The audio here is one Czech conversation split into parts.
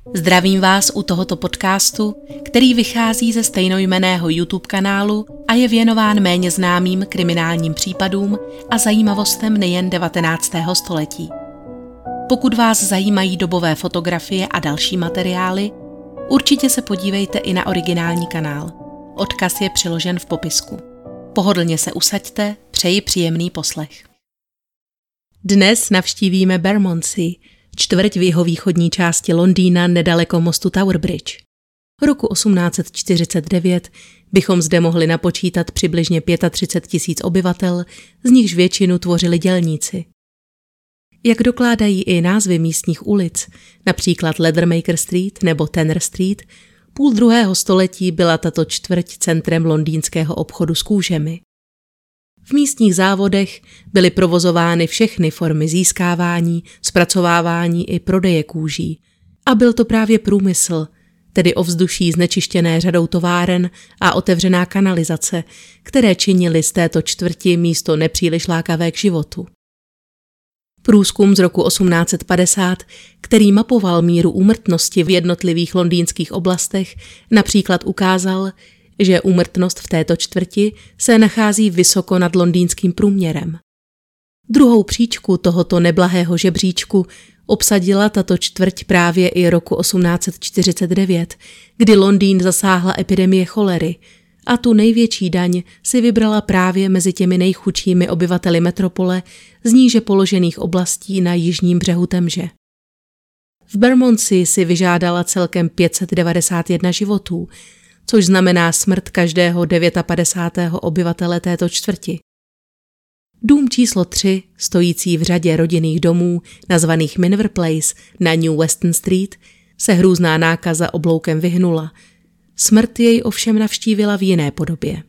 Zdravím vás u tohoto podcastu, který vychází ze stejnojmenného YouTube kanálu a je věnován méně známým kriminálním případům a zajímavostem nejen 19. století. Pokud vás zajímají dobové fotografie a další materiály, určitě se podívejte i na originální kanál. Odkaz je přiložen v popisku. Pohodlně se usaďte, přeji příjemný poslech. Dnes navštívíme Bermondsey, čtvrť v jihovýchodní části Londýna nedaleko mostu Tower Bridge. Roku 1849 bychom zde mohli napočítat přibližně 35 000 obyvatel, z nichž většinu tvořili dělníci. Jak dokládají i názvy místních ulic, například Leathermaker Street nebo Tanner Street, půl druhého století byla tato čtvrť centrem londýnského obchodu s kůžemi. V místních závodech byly provozovány všechny formy získávání, zpracovávání i prodeje kůží. A byl to právě průmysl, tedy ovzduší znečištěné řadou továren a otevřená kanalizace, které činily z této čtvrti místo nepříliš lákavé k životu. Průzkum z roku 1850, který mapoval míru úmrtnosti v jednotlivých londýnských oblastech, například ukázal, že úmrtnost v této čtvrti se nachází vysoko nad londýnským průměrem. Druhou příčku tohoto neblahého žebříčku obsadila tato čtvrť právě i roku 1849, kdy Londýn zasáhla epidemie cholery a tu největší daň si vybrala právě mezi těmi nejchudšími obyvateli metropole z níže položených oblastí na jižním břehu Temže. V Bermondsey si vyžádala celkem 591 životů, což znamená smrt každého 59. obyvatele této čtvrti. Dům číslo 3, stojící v řadě rodinných domů, nazvaných Miniver Place na New Weston Street, se hrůzná nákaza obloukem vyhnula. Smrt jej ovšem navštívila v jiné podobě.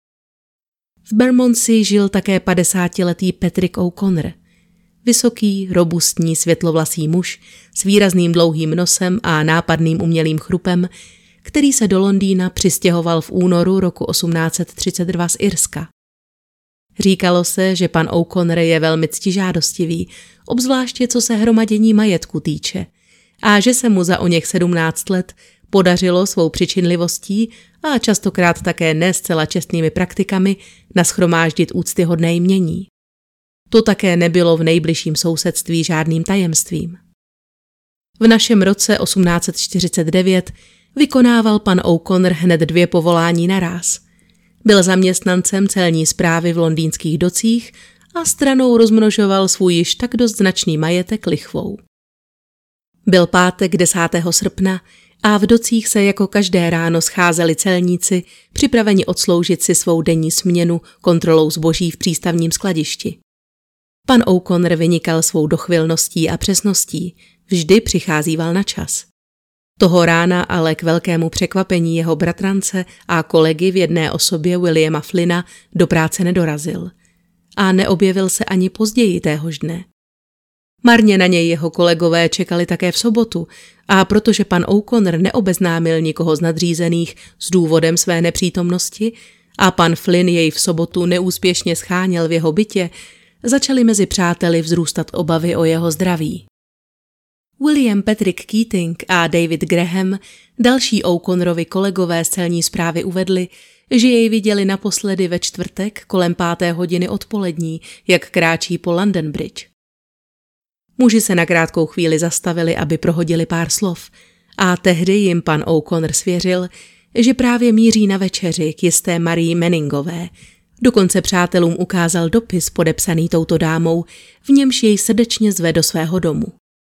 V Bermondsey žil také 50letý Patrick O'Connor. Vysoký, robustní, světlovlasý muž s výrazným dlouhým nosem a nápadným umělým chrupem, který se do Londýna přistěhoval v únoru roku 1832 z Irska. Říkalo se, že pan O'Connor je velmi ctižádostivý, obzvláště co se hromadění majetku týče, a že se mu za oněch 17 let podařilo svou přičinlivostí a častokrát také ne zcela čestnými praktikami nashromáždit úctyhodné jmění. To také nebylo v nejbližším sousedství žádným tajemstvím. V našem roce 1849 vykonával pan O'Connor hned 2 povolání naráz. Byl zaměstnancem celní správy v londýnských docích a stranou rozmnožoval svůj již tak dost značný majetek lichvou. Byl pátek 10. srpna a v docích se jako každé ráno scházeli celníci, připraveni odsloužit si svou denní směnu kontrolou zboží v přístavním skladišti. Pan O'Connor vynikal svou dochvilností a přesností, vždy přicházíval na čas. Toho rána ale k velkému překvapení jeho bratrance a kolegy v jedné osobě Williama Flynna do práce nedorazil. A neobjevil se ani později téhož dne. Marně na něj jeho kolegové čekali také v sobotu a protože pan O'Connor neobeznámil nikoho z nadřízených s důvodem své nepřítomnosti a pan Flynn jej v sobotu neúspěšně scháněl v jeho bytě, začaly mezi přáteli vzrůstat obavy o jeho zdraví. William Patrick Keating a David Graham, další O'Connorovi kolegové z celní správy, uvedli, že jej viděli naposledy ve čtvrtek kolem 5. hodiny odpolední, jak kráčí po London Bridge. Muži se na krátkou chvíli zastavili, aby prohodili pár slov, a tehdy jim pan O'Connor svěřil, že právě míří na večeři k jisté Marii Manningové. Dokonce přátelům ukázal dopis podepsaný touto dámou, v němž jej srdečně zve do svého domu.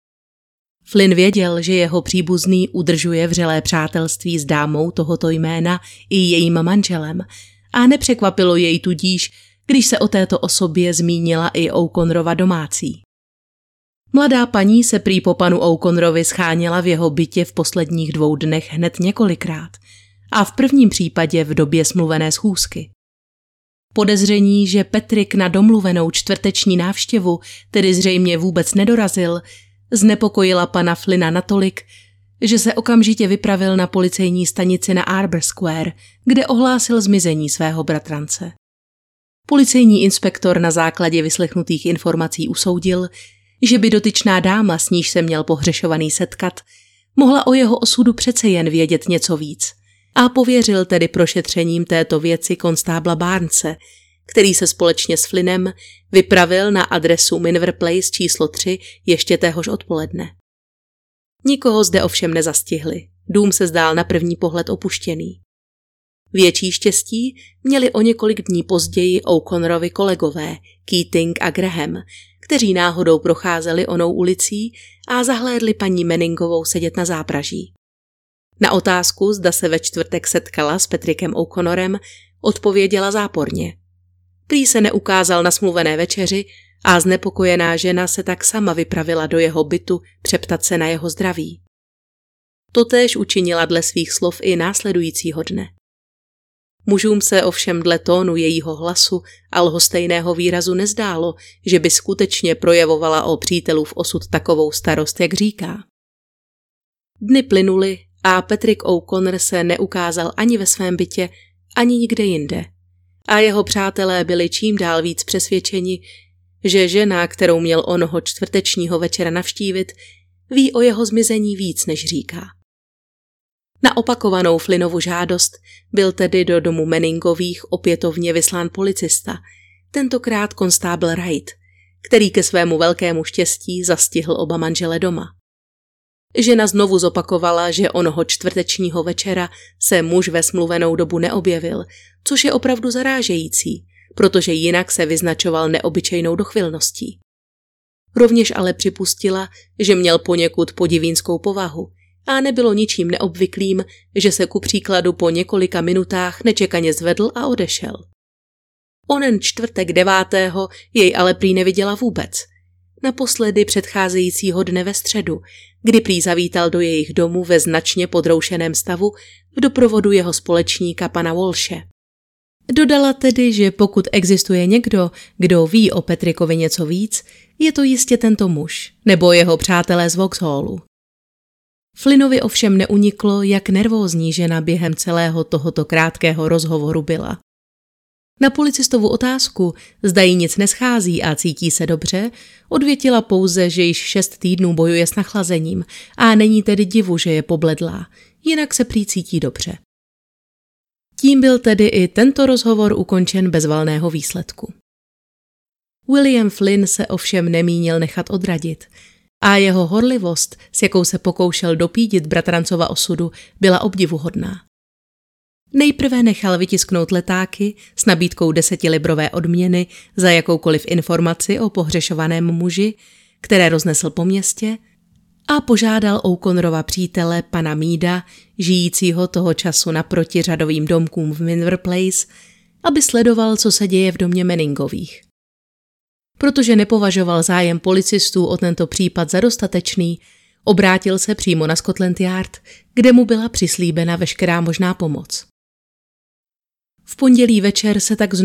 Flynn věděl, že jeho příbuzný udržuje vřelé přátelství s dámou tohoto jména i jejím manželem a nepřekvapilo jej tudíž, když se o této osobě zmínila i O'Connorova domácí. Mladá paní se prý po panu O'Connorovi scháněla v jeho bytě v posledních 2 dnech hned několikrát a v prvním případě v době smluvené schůzky. Podezření, že Patrick na domluvenou čtvrteční návštěvu tedy zřejmě vůbec nedorazil, znepokojila pana Flynna natolik, že se okamžitě vypravil na policejní stanici na Arbor Square, kde ohlásil zmizení svého bratrance. Policejní inspektor na základě vyslechnutých informací usoudil, že by dotyčná dáma, s níž se měl pohřešovaný setkat, Mohla o jeho osudu přece jen vědět něco víc a pověřil tedy prošetřením této věci konstábla Barnese, který se společně s Flynnem vypravil na adresu Minver Place číslo 3 ještě téhož odpoledne. Nikoho zde ovšem nezastihli, dům se zdál na první pohled opuštěný. Větší štěstí měli o několik dní později O'Connorovi kolegové Keating a Graham, kteří náhodou procházeli onou ulicí a zahlédli paní Manningovou sedět na zápraží. Na otázku, zda se ve čtvrtek setkala s Patrickem O'Connorem, odpověděla záporně. Prý se neukázal na smluvené večeři a znepokojená žena se tak sama vypravila do jeho bytu přeptat se na jeho zdraví. Totéž učinila dle svých slov i následujícího dne. Mužům se ovšem dle tónu jejího hlasu a lhostejného výrazu nezdálo, že by skutečně projevovala o přítelův osud takovou starost, jak říká. Dny plynuly a Patrick O'Connor se neukázal ani ve svém bytě, ani nikde jinde. A jeho přátelé byli čím dál víc přesvědčeni, že žena, kterou měl onoho čtvrtečního večera navštívit, ví o jeho zmizení víc, než říká. Na opakovanou Flynnovu žádost byl tedy do domu Manningových opětovně vyslán policista, tentokrát konstábl Wright, který ke svému velkému štěstí zastihl oba manžele doma. Žena znovu zopakovala, že onoho čtvrtečního večera se muž ve smluvenou dobu neobjevil, což je opravdu zarážející, protože jinak se vyznačoval neobyčejnou dochvilností. Rovněž ale připustila, že měl poněkud podivínskou povahu a nebylo ničím neobvyklým, že se ku příkladu po několika minutách nečekaně zvedl a odešel. Onen čtvrtek 9. jej ale prý neviděla vůbec. Naposledy předcházejícího dne ve středu, kdy prý zavítal do jejich domu ve značně podroušeném stavu v doprovodu jeho společníka pana Walshe. Dodala tedy, že pokud existuje někdo, kdo ví o Patrickovi něco víc, je to jistě tento muž, nebo jeho přátelé z Vauxhallu. Flynnovi ovšem neuniklo, jak nervózní žena během celého tohoto krátkého rozhovoru byla. Na policistovu otázku, zda jí nic neschází a cítí se dobře, odvětila pouze, že již 6 týdnů bojuje s nachlazením a není tedy divu, že je pobledlá, jinak se prý cítí dobře. Tím byl tedy i tento rozhovor ukončen bez valného výsledku. William Flynn se ovšem nemínil nechat odradit a jeho horlivost, s jakou se pokoušel dopídit bratrancova osudu, byla obdivuhodná. Nejprve nechal vytisknout letáky s nabídkou 10librové odměny za jakoukoliv informaci o pohřešovaném muži, které roznesl po městě, a požádal O'Connorova přítele pana Meada, žijícího toho času naproti řadovým domkům v Minver Place, aby sledoval, co se děje v domě Manningových. Protože nepovažoval zájem policistů o tento případ za dostatečný, obrátil se přímo na Scotland Yard, kde mu byla přislíbena veškerá možná pomoc. V pondělí večer se tak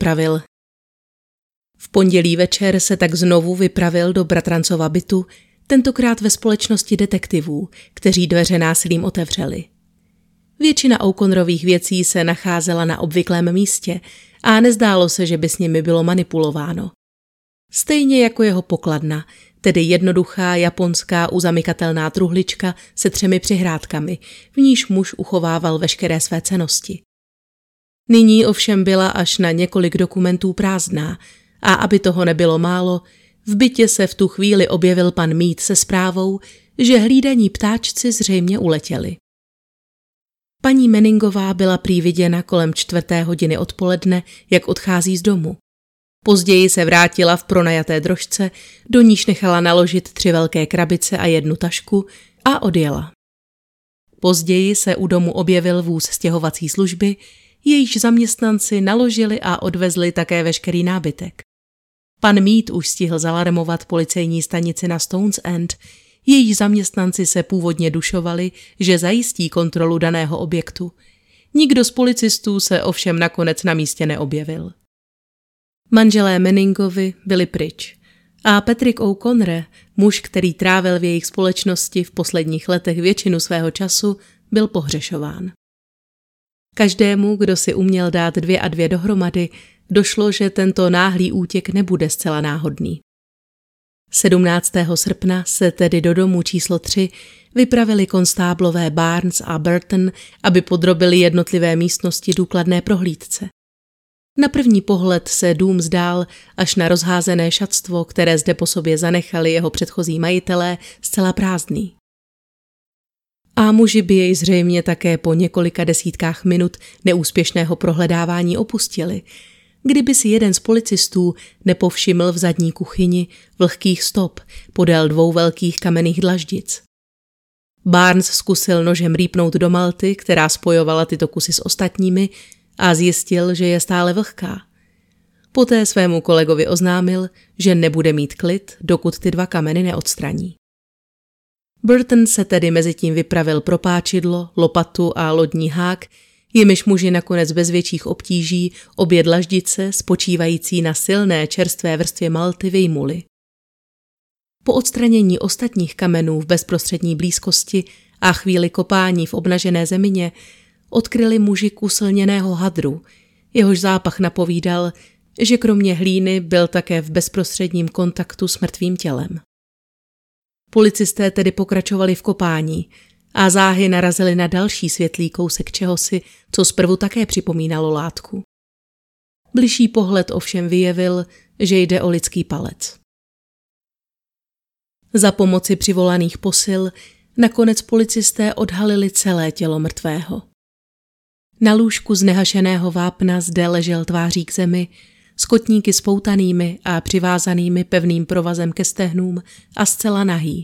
znovu vypravil do bratrancova bytu, tentokrát ve společnosti detektivů, kteří dveře násilím otevřeli. Většina O'Connorových věcí se nacházela na obvyklém místě a nezdálo se, že by s nimi bylo manipulováno. Stejně jako jeho pokladna, tedy jednoduchá japonská uzamykatelná truhlička se 3 přihrádkami, v níž muž uchovával veškeré své cennosti. Nyní ovšem byla až na několik dokumentů prázdná a aby toho nebylo málo, v bytě se v tu chvíli objevil pan Mead se zprávou, že hlídaní ptáčci zřejmě uletěli. Paní Manningová byla prý viděna kolem 4:00 odpoledne, jak odchází z domu. Později se vrátila v pronajaté drožce, do níž nechala naložit 3 velké krabice a 1 tašku a odjela. Později se u domu objevil vůz stěhovací služby, jejíž zaměstnanci naložili a odvezli také veškerý nábytek. Pan Mead už stihl zalarmovat policejní stanici na Stones End, jejíž zaměstnanci se původně dušovali, že zajistí kontrolu daného objektu. Nikdo z policistů se ovšem nakonec na místě neobjevil. Manželé Manningovi byli pryč a Patrick O'Connor, muž, který trávil v jejich společnosti v posledních letech většinu svého času, byl pohřešován. Každému, kdo si uměl dát 2 a 2 dohromady, došlo, že tento náhlý útěk nebude zcela náhodný. 17. srpna se tedy do domu číslo 3 vypravili konstáblové Barnes a Burton, aby podrobili jednotlivé místnosti důkladné prohlídce. Na první pohled se dům zdál až na rozházené šatstvo, které zde po sobě zanechali jeho předchozí majitelé, zcela prázdný. A muži by jej zřejmě také po několika desítkách minut neúspěšného prohledávání opustili, kdyby si jeden z policistů nepovšiml v zadní kuchyni vlhkých stop podél 2 velkých kamenných dlaždic. Barnes zkusil nožem rýpnout do malty, která spojovala tyto kusy s ostatními, a zjistil, že je stále vlhká. Poté svému kolegovi oznámil, že nebude mít klid, dokud ty 2 kameny neodstraní. Burton se tedy mezitím vypravil pro páčidlo, lopatu a lodní hák, jimiž muži nakonec bez větších obtíží obě dlaždice, spočívající na silné čerstvé vrstvě malty, vyjmuli. Po odstranění ostatních kamenů v bezprostřední blízkosti a chvíli kopání v obnažené zemině odkryli muži kus lněného hadru, jehož zápach napovídal, že kromě hlíny byl také v bezprostředním kontaktu s mrtvým tělem. Policisté tedy pokračovali v kopání a záhy narazili na další světlý kousek čehosi, co zprvu také připomínalo látku. Bližší pohled ovšem vyjevil, že jde o lidský palec. Za pomoci přivolaných posil nakonec policisté odhalili celé tělo mrtvého. Na lůžku z nehašeného vápna zde ležel tváří k zemi, s kotníky spoutanými a přivázanými pevným provazem ke stehnům a zcela nahý.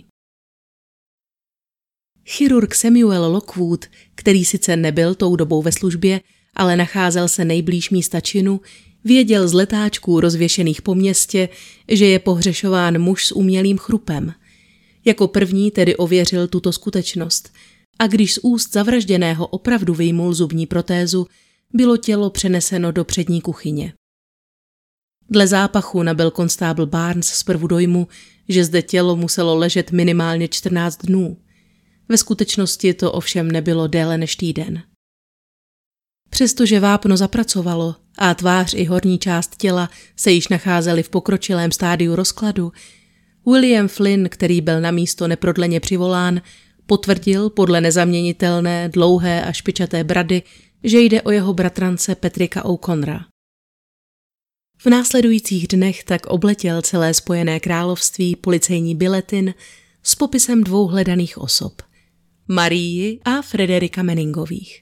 Chirurg Samuel Lockwood, který sice nebyl tou dobou ve službě, ale nacházel se nejblíž místa činu, věděl z letáčků rozvěšených po městě, že je pohřešován muž s umělým chrupem. Jako první tedy ověřil tuto skutečnost a když z úst zavražděného opravdu vyjmul zubní protézu, bylo tělo přeneseno do přední kuchyně. Dle zápachu nabyl konstábl Barnes zprvu dojmu, že zde tělo muselo ležet minimálně 14 dnů. Ve skutečnosti to ovšem nebylo déle než týden. Přestože vápno zapracovalo a tvář i horní část těla se již nacházely v pokročilém stádiu rozkladu, William Flynn, který byl na místo neprodleně přivolán, potvrdil podle nezaměnitelné, dlouhé a špičaté brady, že jde o jeho bratrance Patricka O'Connora. V následujících dnech tak obletěl celé Spojené království policejní biletin s popisem 2 hledaných osob, Marii a Frederika Manningových.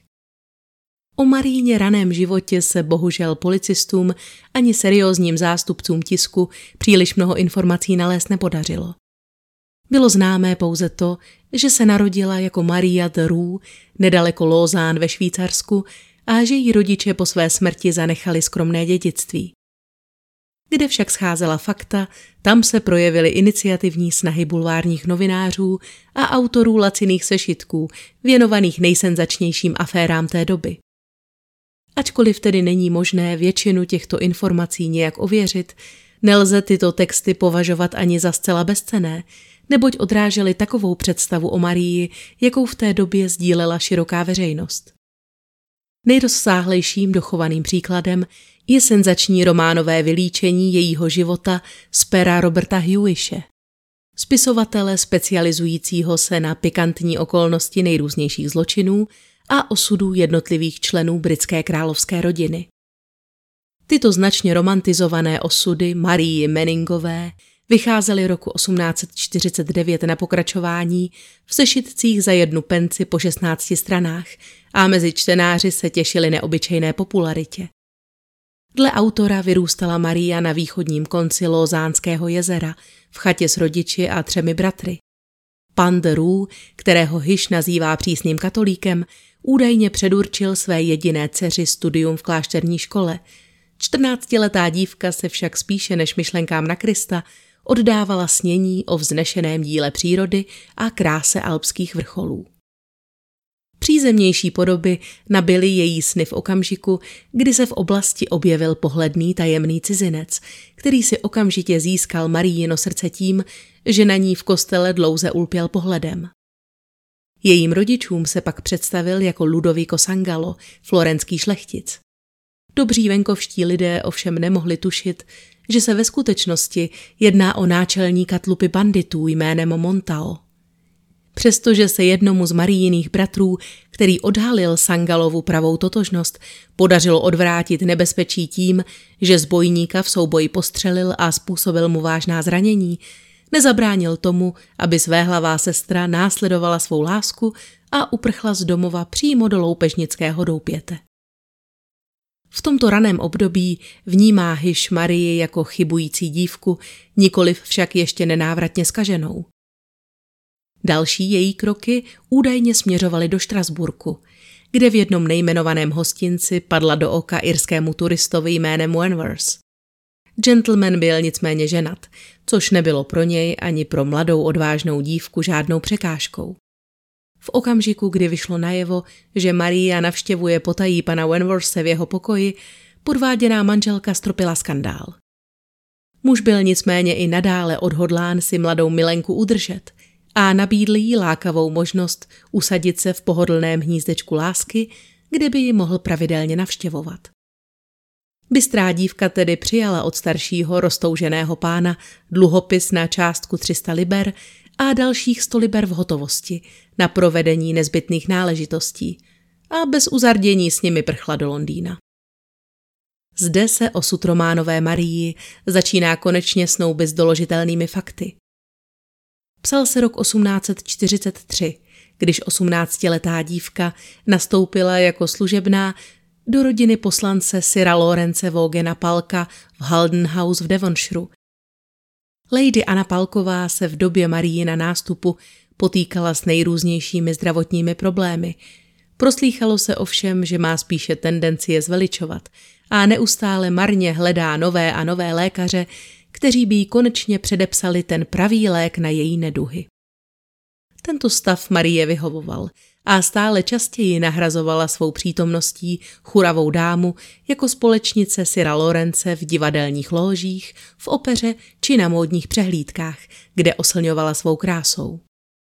O Maríně raném životě se bohužel policistům ani seriózním zástupcům tisku příliš mnoho informací nalézt nepodařilo. Bylo známé pouze to, že se narodila jako Maria de Roux nedaleko Lausanne ve Švýcarsku a že jí rodiče po své smrti zanechali skromné dědictví. Kde však scházela fakta, tam se projevily iniciativní snahy bulvárních novinářů a autorů laciných sešitků, věnovaných nejsenzačnějším aférám té doby. Ačkoliv tedy není možné většinu těchto informací nějak ověřit, nelze tyto texty považovat ani za zcela bezcenné, neboť odrážely takovou představu o Marii, jakou v té době sdílela široká veřejnost. Nejrozsáhlejším dochovaným příkladem je senzační románové vylíčení jejího života z pera Roberta Hewishe, spisovatele specializujícího se na pikantní okolnosti nejrůznějších zločinů a osudů jednotlivých členů britské královské rodiny. Tyto značně romantizované osudy Marii Manningové vycházely roku 1849 na pokračování v sešitcích za 1 penci po 16 stranách a mezi čtenáři se těšili neobyčejné popularitě. Dle autora vyrůstala Maria na východním konci Lausannského jezera v chatě s rodiči a 3 bratry. Pan de Roux, kterého Hyš nazývá přísným katolíkem, údajně předurčil své jediné dceři studium v klášterní škole. 14letá dívka se však spíše než myšlenkám na Krista oddávala snění o vznešeném díle přírody a kráse alpských vrcholů. Přízemnější podoby nabyly její sny v okamžiku, kdy se v oblasti objevil pohledný tajemný cizinec, který si okamžitě získal Mariino srdce tím, že na ní v kostele dlouze ulpěl pohledem. Jejím rodičům se pak představil jako Ludovico Sangallo, florenský šlechtic. Dobří venkovští lidé ovšem nemohli tušit, že se ve skutečnosti jedná o náčelníka tlupy banditů jménem Montao. Přestože se jednomu z Marijiných bratrů, který odhalil Sangalovu pravou totožnost, podařilo odvrátit nebezpečí tím, že zbojníka v souboji postřelil a způsobil mu vážná zranění, nezabránil tomu, aby svéhlavá sestra následovala svou lásku a uprchla z domova přímo do loupežnického doupěte. V tomto raném období vnímá Hyš Marii jako chybující dívku, nikoliv však ještě nenávratně zkaženou. Další její kroky údajně směřovaly do Štrasburku, kde v jednom nejmenovaném hostinci padla do oka irskému turistovi jménem Wenworth. Gentleman byl nicméně ženat, což nebylo pro něj ani pro mladou odvážnou dívku žádnou překážkou. V okamžiku, kdy vyšlo najevo, že Maria navštěvuje potají pana Wenworthe v jeho pokoji, podváděná manželka stropila skandál. Muž byl nicméně i nadále odhodlán si mladou milenku udržet a nabídl jí lákavou možnost usadit se v pohodlném hnízdečku lásky, kde by ji mohl pravidelně navštěvovat. Bystrá dívka tedy přijala od staršího roztouženého pána dluhopis na částku 300 liber a dalších 100 liber v hotovosti na provedení nezbytných náležitostí a bez uzardění s nimi prchla do Londýna. Zde se osud románové Marii začíná konečně snoubit s doložitelnými fakty. Psal se rok 1843, když 18letá dívka nastoupila jako služebná do rodiny poslance Sira Lawrence Vogena Palka v Halden House v Devonshireu. Lady Anna Palková se v době Mariina nástupu potýkala s nejrůznějšími zdravotními problémy. Proslýchalo se ovšem, že má spíše tendenci je zveličovat a neustále marně hledá nové a nové lékaře, kteří by jí konečně předepsali ten pravý lék na její neduhy. Tento stav Marie vyhovoval a stále častěji nahrazovala svou přítomností churavou dámu jako společnice Sira Lawrence v divadelních lóžích, v opeře či na módních přehlídkách, kde oslňovala svou krásou.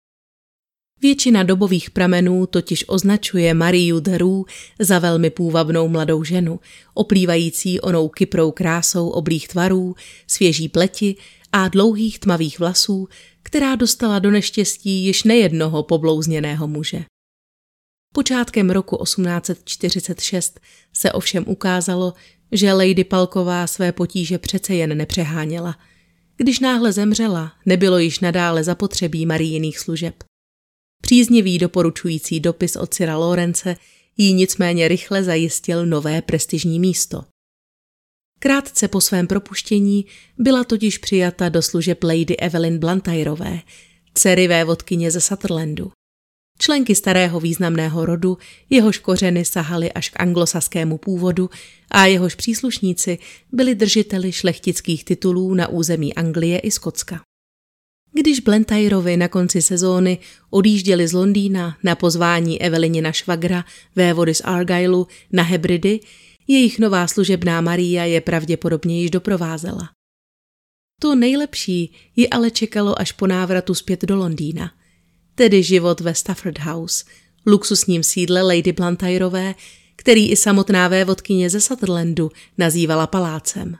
Většina dobových pramenů totiž označuje Mariu de Roux za velmi půvabnou mladou ženu, oplývající onou kyprou krásou oblých tvarů, svěží pleti a dlouhých tmavých vlasů, která dostala do neštěstí již nejednoho poblouzněného muže. Počátkem roku 1846 se ovšem ukázalo, že Lady Palková své potíže přece jen nepřeháněla. Když náhle zemřela, nebylo již nadále zapotřebí Marijiných služeb. Příznivý doporučující dopis od Sira Lawrence jí nicméně rychle zajistil nové prestižní místo. Krátce po svém propuštění byla totiž přijata do služeb Lady Evelyn Blantyreové, dcery vévodkyně ze Sutherlandu. Členky starého významného rodu, jehož kořeny sahaly až k anglosaskému původu a jehož příslušníci byli držiteli šlechtických titulů na území Anglie i Skotska. Když Blantyrovi na konci sezóny odjížděli z Londýna na pozvání Evelynina švagra, vévody z Argyleu, na Hebridy, jejich nová služebná Maria je pravděpodobně již doprovázela. To nejlepší ji ale čekalo až po návratu zpět do Londýna, tedy život ve Stafford House, luxusním sídle Lady Blantyrové, který i samotná vévodkyně ze Sutherlandu nazývala palácem.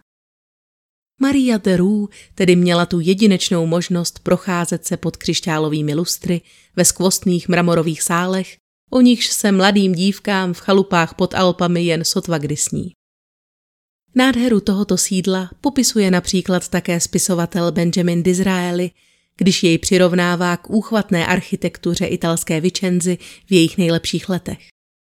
Maria de Roux tedy měla tu jedinečnou možnost procházet se pod křišťálovými lustry ve skvostných mramorových sálech, o nichž se mladým dívkám v chalupách pod Alpami jen sotva kdy sní. Nádheru tohoto sídla popisuje například také spisovatel Benjamin Disraeli, když jej přirovnává k úchvatné architektuře italské Vicenzy v jejich nejlepších letech.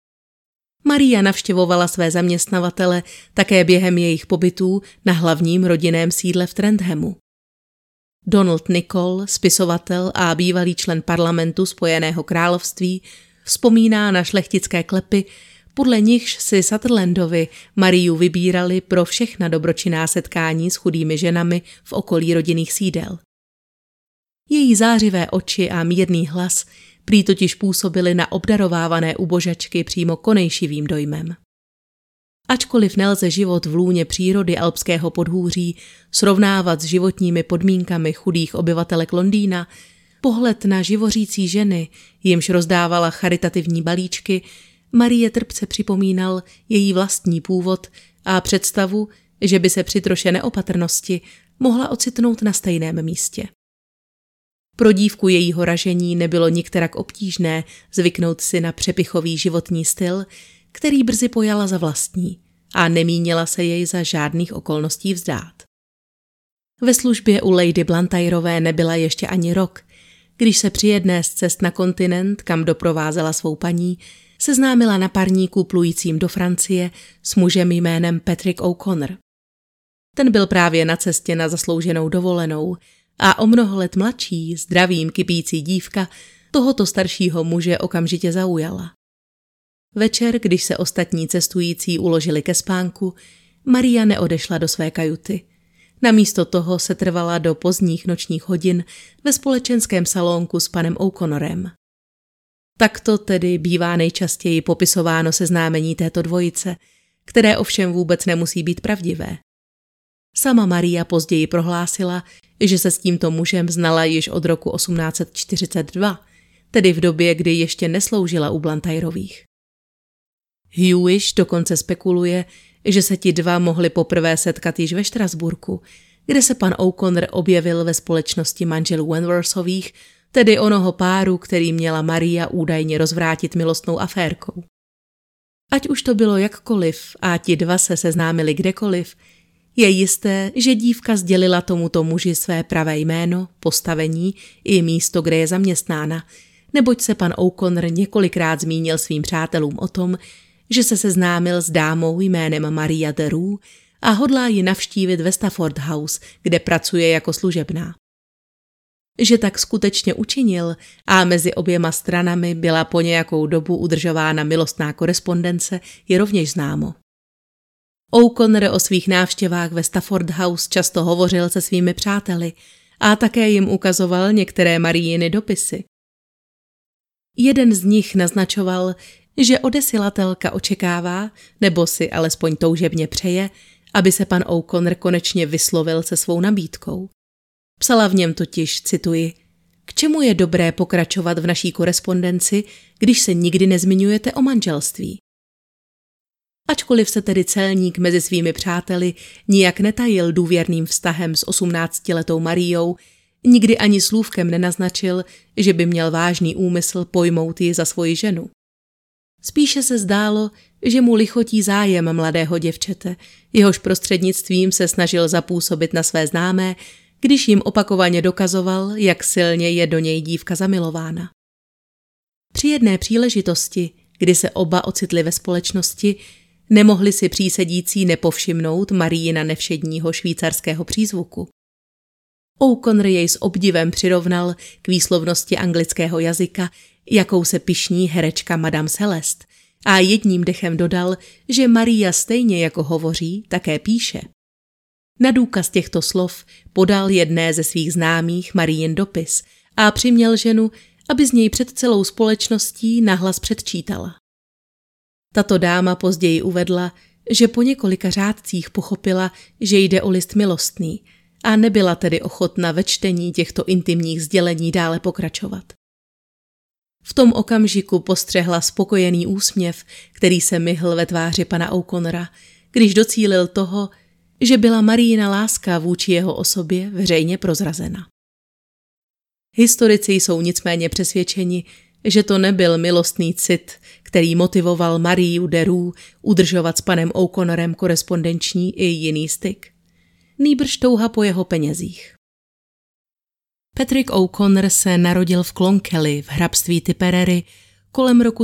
Maria navštěvovala své zaměstnavatele také během jejich pobytů na hlavním rodinném sídle v Trenthamu. Donald Nicol, spisovatel a bývalý člen parlamentu Spojeného království, vzpomíná na šlechtické klepy, podle nichž si Sutherlandovi Mariu vybírali pro všechna dobročinná setkání s chudými ženami v okolí rodinných sídel. Její zářivé oči a mírný hlas prý totiž působily na obdarovávané ubožačky přímo konejšivým dojmem. Ačkoliv nelze život v lůně přírody alpského podhůří srovnávat s životními podmínkami chudých obyvatelek Londýna, pohled na živořící ženy, jimž rozdávala charitativní balíčky, Marie trpce připomínal její vlastní původ a představu, že by se při troše neopatrnosti mohla ocitnout na stejném místě. Pro dívku jejího ražení nebylo nikterak obtížné zvyknout si na přepichový životní styl, který brzy pojala za vlastní a nemínila se jej za žádných okolností vzdát. Ve službě u Lady Blantyrové nebyla ještě ani rok, když se při jedné z cest na kontinent, kam doprovázela svou paní, seznámila na parníku plujícím do Francie s mužem jménem Patrick O'Connor. Ten byl právě na cestě na zaslouženou dovolenou a o mnoho let mladší, zdravým kypící dívka tohoto staršího muže okamžitě zaujala. Večer, když se ostatní cestující uložili ke spánku, Maria neodešla do své kajuty. Namísto toho se trvala do pozdních nočních hodin ve společenském salonku s panem O'Connorem. Takto tedy bývá nejčastěji popisováno seznámení této dvojice, které ovšem vůbec nemusí být pravdivé. Sama Maria později prohlásila, že se s tímto mužem znala již od roku 1842, tedy v době, kdy ještě nesloužila u Blantyrových. Hewish dokonce spekuluje, že se ti dva mohli poprvé setkat již ve Štrasburku, kde se pan O'Connor objevil ve společnosti manželů Wentworthových, tedy onoho páru, který měla Maria údajně rozvrátit milostnou aférkou. Ať už to bylo jakkoliv a ti dva se seznámili kdekoliv, je jisté, že dívka sdělila tomuto muži své pravé jméno, postavení i místo, kde je zaměstnána, neboť se pan O'Connor několikrát zmínil svým přátelům o tom, že se seznámil s dámou jménem Maria de Roux a hodlá ji navštívit ve Stafford House, kde pracuje jako služebná. Že tak skutečně učinil a mezi oběma stranami byla po nějakou dobu udržována milostná korespondence, je rovněž známo. O'Connor o svých návštěvách ve Stafford House často hovořil se svými přáteli a také jim ukazoval některé Mariiny dopisy. Jeden z nich naznačoval, že odesilatelka očekává, nebo si alespoň toužebně přeje, aby se pan O'Connor konečně vyslovil se svou nabídkou. Psala v něm totiž, cituji, k čemu je dobré pokračovat v naší korespondenci, když se nikdy nezmiňujete o manželství. Ačkoliv se tedy celník mezi svými přáteli nijak netajil důvěrným vztahem s 18letou Mariou, nikdy ani slůvkem nenaznačil, že by měl vážný úmysl pojmout ji za svoji ženu. Spíše se zdálo, že mu lichotí zájem mladého děvčete, jehož prostřednictvím se snažil zapůsobit na své známé, když jim opakovaně dokazoval, jak silně je do něj dívka zamilována. Při jedné příležitosti, kdy se oba ocitli ve společnosti, nemohli si přísedící nepovšimnout Mariina nevšedního švýcarského přízvuku. O'Connor jej s obdivem přirovnal k výslovnosti anglického jazyka, jakou se pyšní herečka Madame Celeste, a jedním dechem dodal, že Maria stejně jako hovoří, také píše. Na důkaz těchto slov podal jedné ze svých známých Mariin dopis a přiměl ženu, aby z něj před celou společností nahlas předčítala. Tato dáma později uvedla, že po několika řádcích pochopila, že jde o list milostný a nebyla tedy ochotna ve čtení těchto intimních sdělení dále pokračovat. V tom okamžiku postřehla spokojený úsměv, který se myhl ve tváři pana O'Connora, když docílil toho, že byla Mariina láska vůči jeho osobě veřejně prozrazena. Historici jsou nicméně přesvědčeni, že to nebyl milostný cit, který motivoval Mariu de Roux udržovat s panem O'Connorem korespondenční i jiný styk. Nýbrž touha po jeho penězích. Patrick O'Connor se narodil v Clonkely v hrabství Tipperary kolem roku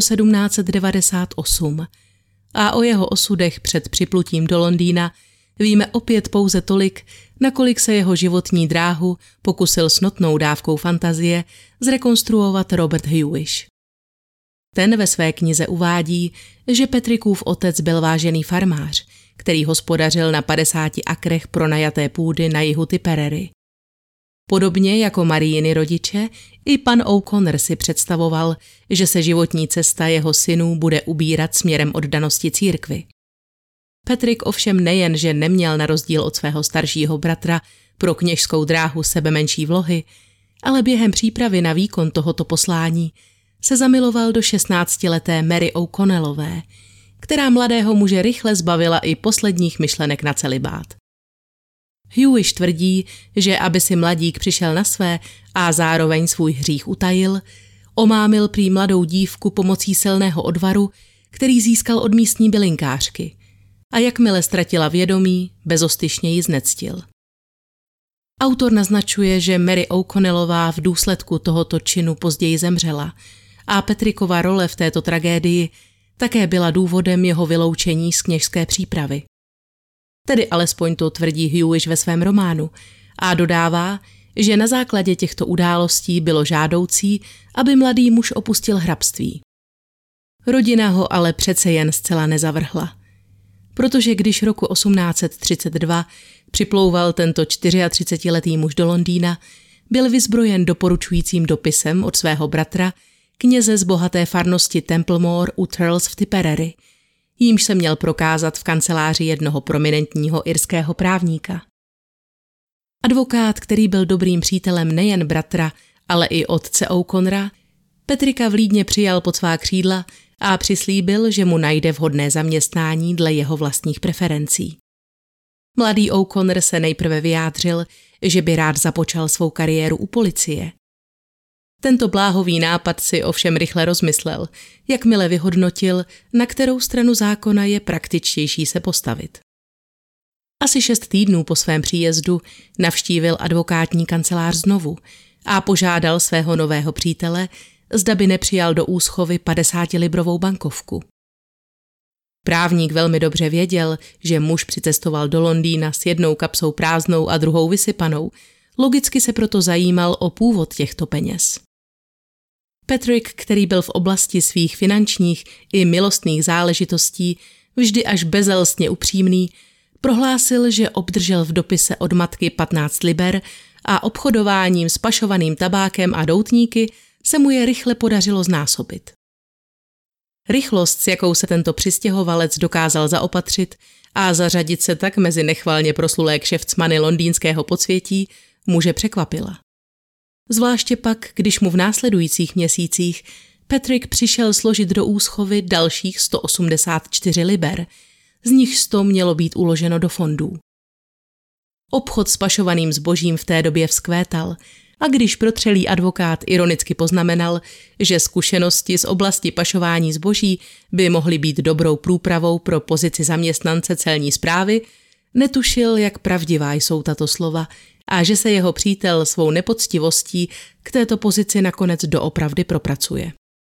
1798 a o jeho osudech před připlutím do Londýna víme opět pouze tolik, nakolik se jeho životní dráhu pokusil s notnou dávkou fantazie zrekonstruovat Robert Hewish. Ten ve své knize uvádí, že Patrickův otec byl vážený farmář, který hospodařil na 50 akrech pronajaté půdy na jihu Tipperary. Podobně jako Mariiny rodiče, i pan O'Connor si představoval, že se životní cesta jeho synů bude ubírat směrem oddanosti církvi. Patrick ovšem nejen, že neměl na rozdíl od svého staršího bratra pro kněžskou dráhu sebemenší vlohy, ale během přípravy na výkon tohoto poslání se zamiloval do 16leté Mary O'Connellové, která mladého muže rychle zbavila i posledních myšlenek na celibát. Hewish tvrdí, že aby si mladík přišel na své a zároveň svůj hřích utajil, omámil prý mladou dívku pomocí silného odvaru, který získal od místní bylinkářky, a jakmile ztratila vědomí, bezostyšně ji znectil. Autor naznačuje, že Mary O'Connellová v důsledku tohoto činu později zemřela a Patrickova role v této tragédii také byla důvodem jeho vyloučení z kněžské přípravy. Tedy alespoň to tvrdí Hewish ve svém románu a dodává, že na základě těchto událostí bylo žádoucí, aby mladý muž opustil hrabství. Rodina ho ale přece jen zcela nezavrhla, protože když roku 1832 připlouval tento 34letý muž do Londýna, byl vyzbrojen doporučujícím dopisem od svého bratra, kněze z bohaté farnosti Templemore u Thurles v Tipperary, jímž se měl prokázat v kanceláři jednoho prominentního irského právníka. Advokát, který byl dobrým přítelem nejen bratra, ale i otce O'Connora, Patricka vlídně přijal pod svá křídla a přislíbil, že mu najde vhodné zaměstnání dle jeho vlastních preferencí. Mladý O'Connor se nejprve vyjádřil, že by rád započal svou kariéru u policie. Tento bláhový nápad si ovšem rychle rozmyslel, jakmile vyhodnotil, na kterou stranu zákona je praktičtější se postavit. Asi 6 týdnů po svém příjezdu navštívil advokátní kancelář znovu a požádal svého nového přítele, zda by nepřijal do úschovy 50librovou bankovku. Právník velmi dobře věděl, že muž přicestoval do Londýna s jednou kapsou prázdnou a druhou vysypanou, logicky se proto zajímal o původ těchto peněz. Patrick, který byl v oblasti svých finančních i milostných záležitostí vždy až bezelstně upřímný, prohlásil, že obdržel v dopise od matky 15 liber a obchodováním s pašovaným tabákem a doutníky se mu je rychle podařilo znásobit. Rychlost, s jakou se tento přistěhovalec dokázal zaopatřit a zařadit se tak mezi nechvalně proslulé kšeftsmany londýnského podsvětí, muže překvapila. Zvláště pak, když mu v následujících měsících Patrick přišel složit do úschovy dalších 184 liber, z nich 100 mělo být uloženo do fondů. Obchod s pašovaným zbožím v té době vzkvétal a když protřelý advokát ironicky poznamenal, že zkušenosti z oblasti pašování zboží by mohly být dobrou průpravou pro pozici zaměstnance celní správy, netušil, jak pravdivá jsou tato slova a že se jeho přítel svou nepoctivostí k této pozici nakonec doopravdy propracuje.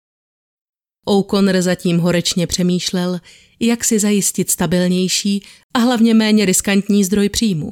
O'Connor zatím horečně přemýšlel, jak si zajistit stabilnější a hlavně méně riskantní zdroj příjmu.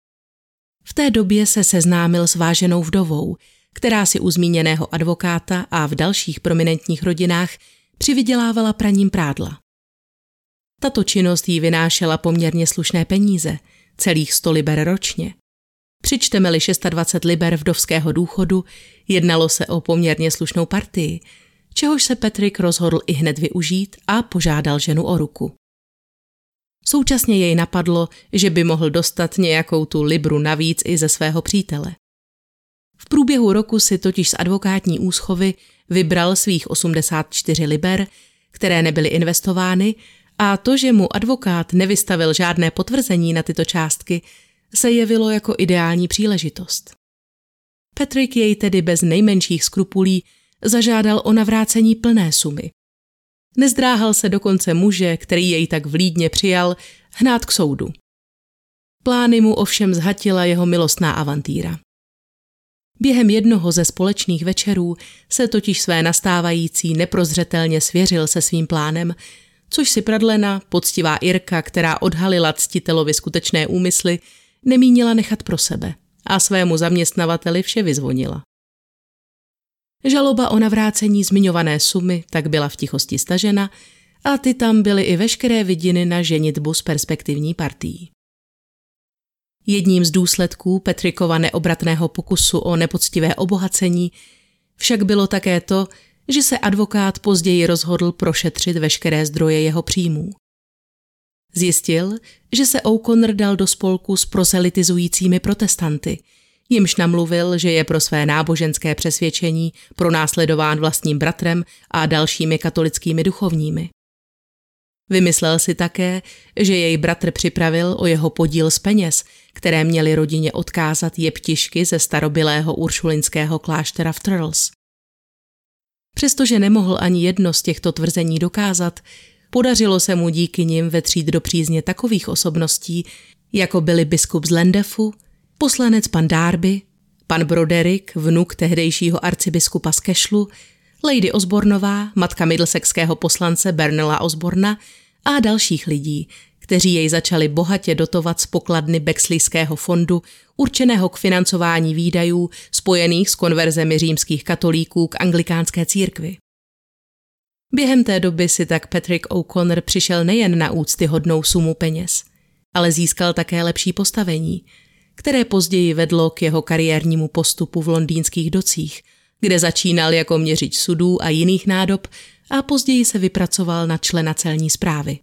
V té době se seznámil s váženou vdovou, která si u zmíněného advokáta a v dalších prominentních rodinách přivydělávala praním prádla. Tato činnost jí vynášela poměrně slušné peníze, celých 100 liber ročně. Přičteme-li 26 liber vdovského důchodu, jednalo se o poměrně slušnou partii, čehož se Patrick rozhodl i hned využít a požádal ženu o ruku. Současně jej napadlo, že by mohl dostat nějakou tu libru navíc i ze svého přítele. V průběhu roku si totiž z advokátní úschovy vybral svých 84 liber, které nebyly investovány, a to, že mu advokát nevystavil žádné potvrzení na tyto částky, se jevilo jako ideální příležitost. Patrick jej tedy bez nejmenších skrupulí zažádal o navrácení plné sumy. Nezdráhal se dokonce muže, který jej tak vlídně přijal, hnát k soudu. Plány mu ovšem zhatila jeho milostná avantýra. Během jednoho ze společných večerů se totiž své nastávající neprozřetelně svěřil se svým plánem, což si Pradlena, poctivá Irka, která odhalila ctitelovi skutečné úmysly, nemínila nechat pro sebe a svému zaměstnavateli vše vyzvonila. Žaloba o navrácení zmiňované sumy tak byla v tichosti stažena a ty tam byly i veškeré vidiny na ženitbu s perspektivní partií. Jedním z důsledků Patrickova neobratného pokusu o nepoctivé obohacení však bylo také to, že se advokát později rozhodl prošetřit veškeré zdroje jeho příjmů. Zjistil, že se O'Connor dal do spolku s proselitizujícími protestanty, jimž namluvil, že je pro své náboženské přesvědčení pronásledován vlastním bratrem a dalšími katolickými duchovními. Vymyslel si také, že jej bratr připravil o jeho podíl z peněz, které měly rodině odkázat jeptišky ze starobylého uršulinského kláštera v Thurles. Přestože nemohl ani jedno z těchto tvrzení dokázat, podařilo se mu díky nim vetřít do přízně takových osobností, jako byli biskup z Landefu, poslanec pan Darby, pan Broderick, vnuk tehdejšího arcibiskupa z Cashlu, Lady Osbornová, matka middlesexského poslance Bernela Osborna a dalších lidí, kteří jej začali bohatě dotovat z pokladny Bexleyského fondu určeného k financování výdajů spojených s konverzemi římských katolíků k anglikánské církvi. Během té doby si tak Patrick O'Connor přišel nejen na úctyhodnou sumu peněz, ale získal také lepší postavení, které později vedlo k jeho kariérnímu postupu v londýnských docích, kde začínal jako měřič sudů a jiných nádob a později se vypracoval na člena celní správy.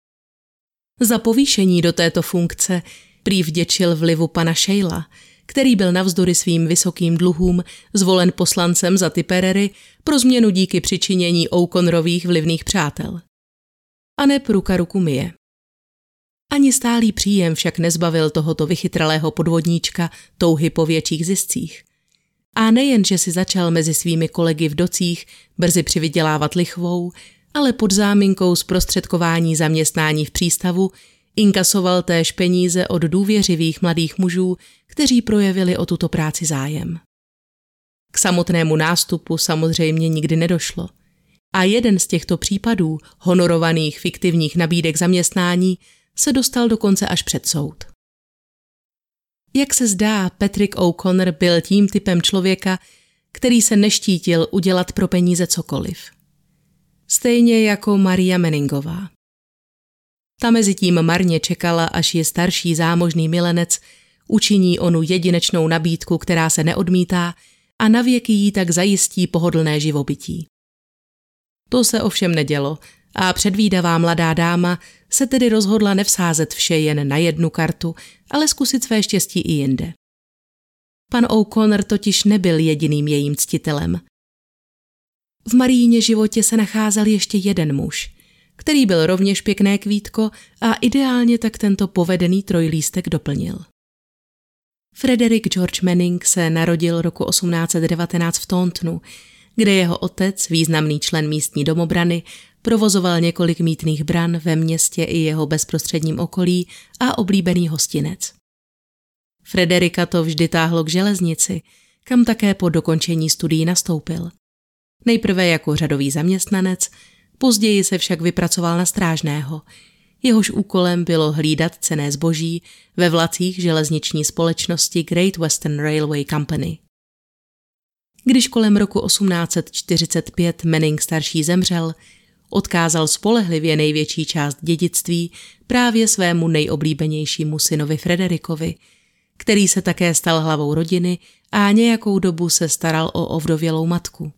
Za povýšení do této funkce prý vděčil vlivu pana Shayla, který byl navzdory svým vysokým dluhům zvolen poslancem za Tipperary pro změnu díky přičinění O'Connorových vlivných přátel. A neb ruka ruku myje. Ani stálý příjem však nezbavil tohoto vychytralého podvodníčka touhy po větších ziscích. A nejen, že si začal mezi svými kolegy v docích brzy přivydělávat lichvou, ale pod záminkou zprostředkování zaměstnání v přístavu inkasoval též peníze od důvěřivých mladých mužů, kteří projevili o tuto práci zájem. K samotnému nástupu samozřejmě nikdy nedošlo. A jeden z těchto případů honorovaných fiktivních nabídek zaměstnání se dostal dokonce až před soud. Jak se zdá, Patrick O'Connor byl tím typem člověka, který se neštítil udělat pro peníze cokoliv. Stejně jako Maria Manningová. Ta mezitím marně čekala, až je starší zámožný milenec učiní onu jedinečnou nabídku, která se neodmítá, a navěky jí tak zajistí pohodlné živobytí. To se ovšem nedělo a předvídavá mladá dáma se tedy rozhodla nevsázet vše jen na jednu kartu, ale zkusit své štěstí i jinde. Pan O'Connor totiž nebyl jediným jejím ctitelem. V Maríině životě se nacházel ještě jeden muž, který byl rovněž pěkné kvítko a ideálně tak tento povedený trojlístek doplnil. Frederick George Manning se narodil roku 1819 v Tauntonu, kde jeho otec, významný člen místní domobrany, provozoval několik mýtných bran ve městě i jeho bezprostředním okolí a oblíbený hostinec. Frederika to vždy táhlo k železnici, kam také po dokončení studií nastoupil. Nejprve jako řadový zaměstnanec, později se však vypracoval na strážného. Jehož úkolem bylo hlídat cenné zboží ve vlacích železniční společnosti Great Western Railway Company. Když kolem roku 1845 Manning starší zemřel, odkázal spolehlivě největší část dědictví právě svému nejoblíbenějšímu synovi Frederikovi, který se také stal hlavou rodiny a nějakou dobu se staral o ovdovělou matku.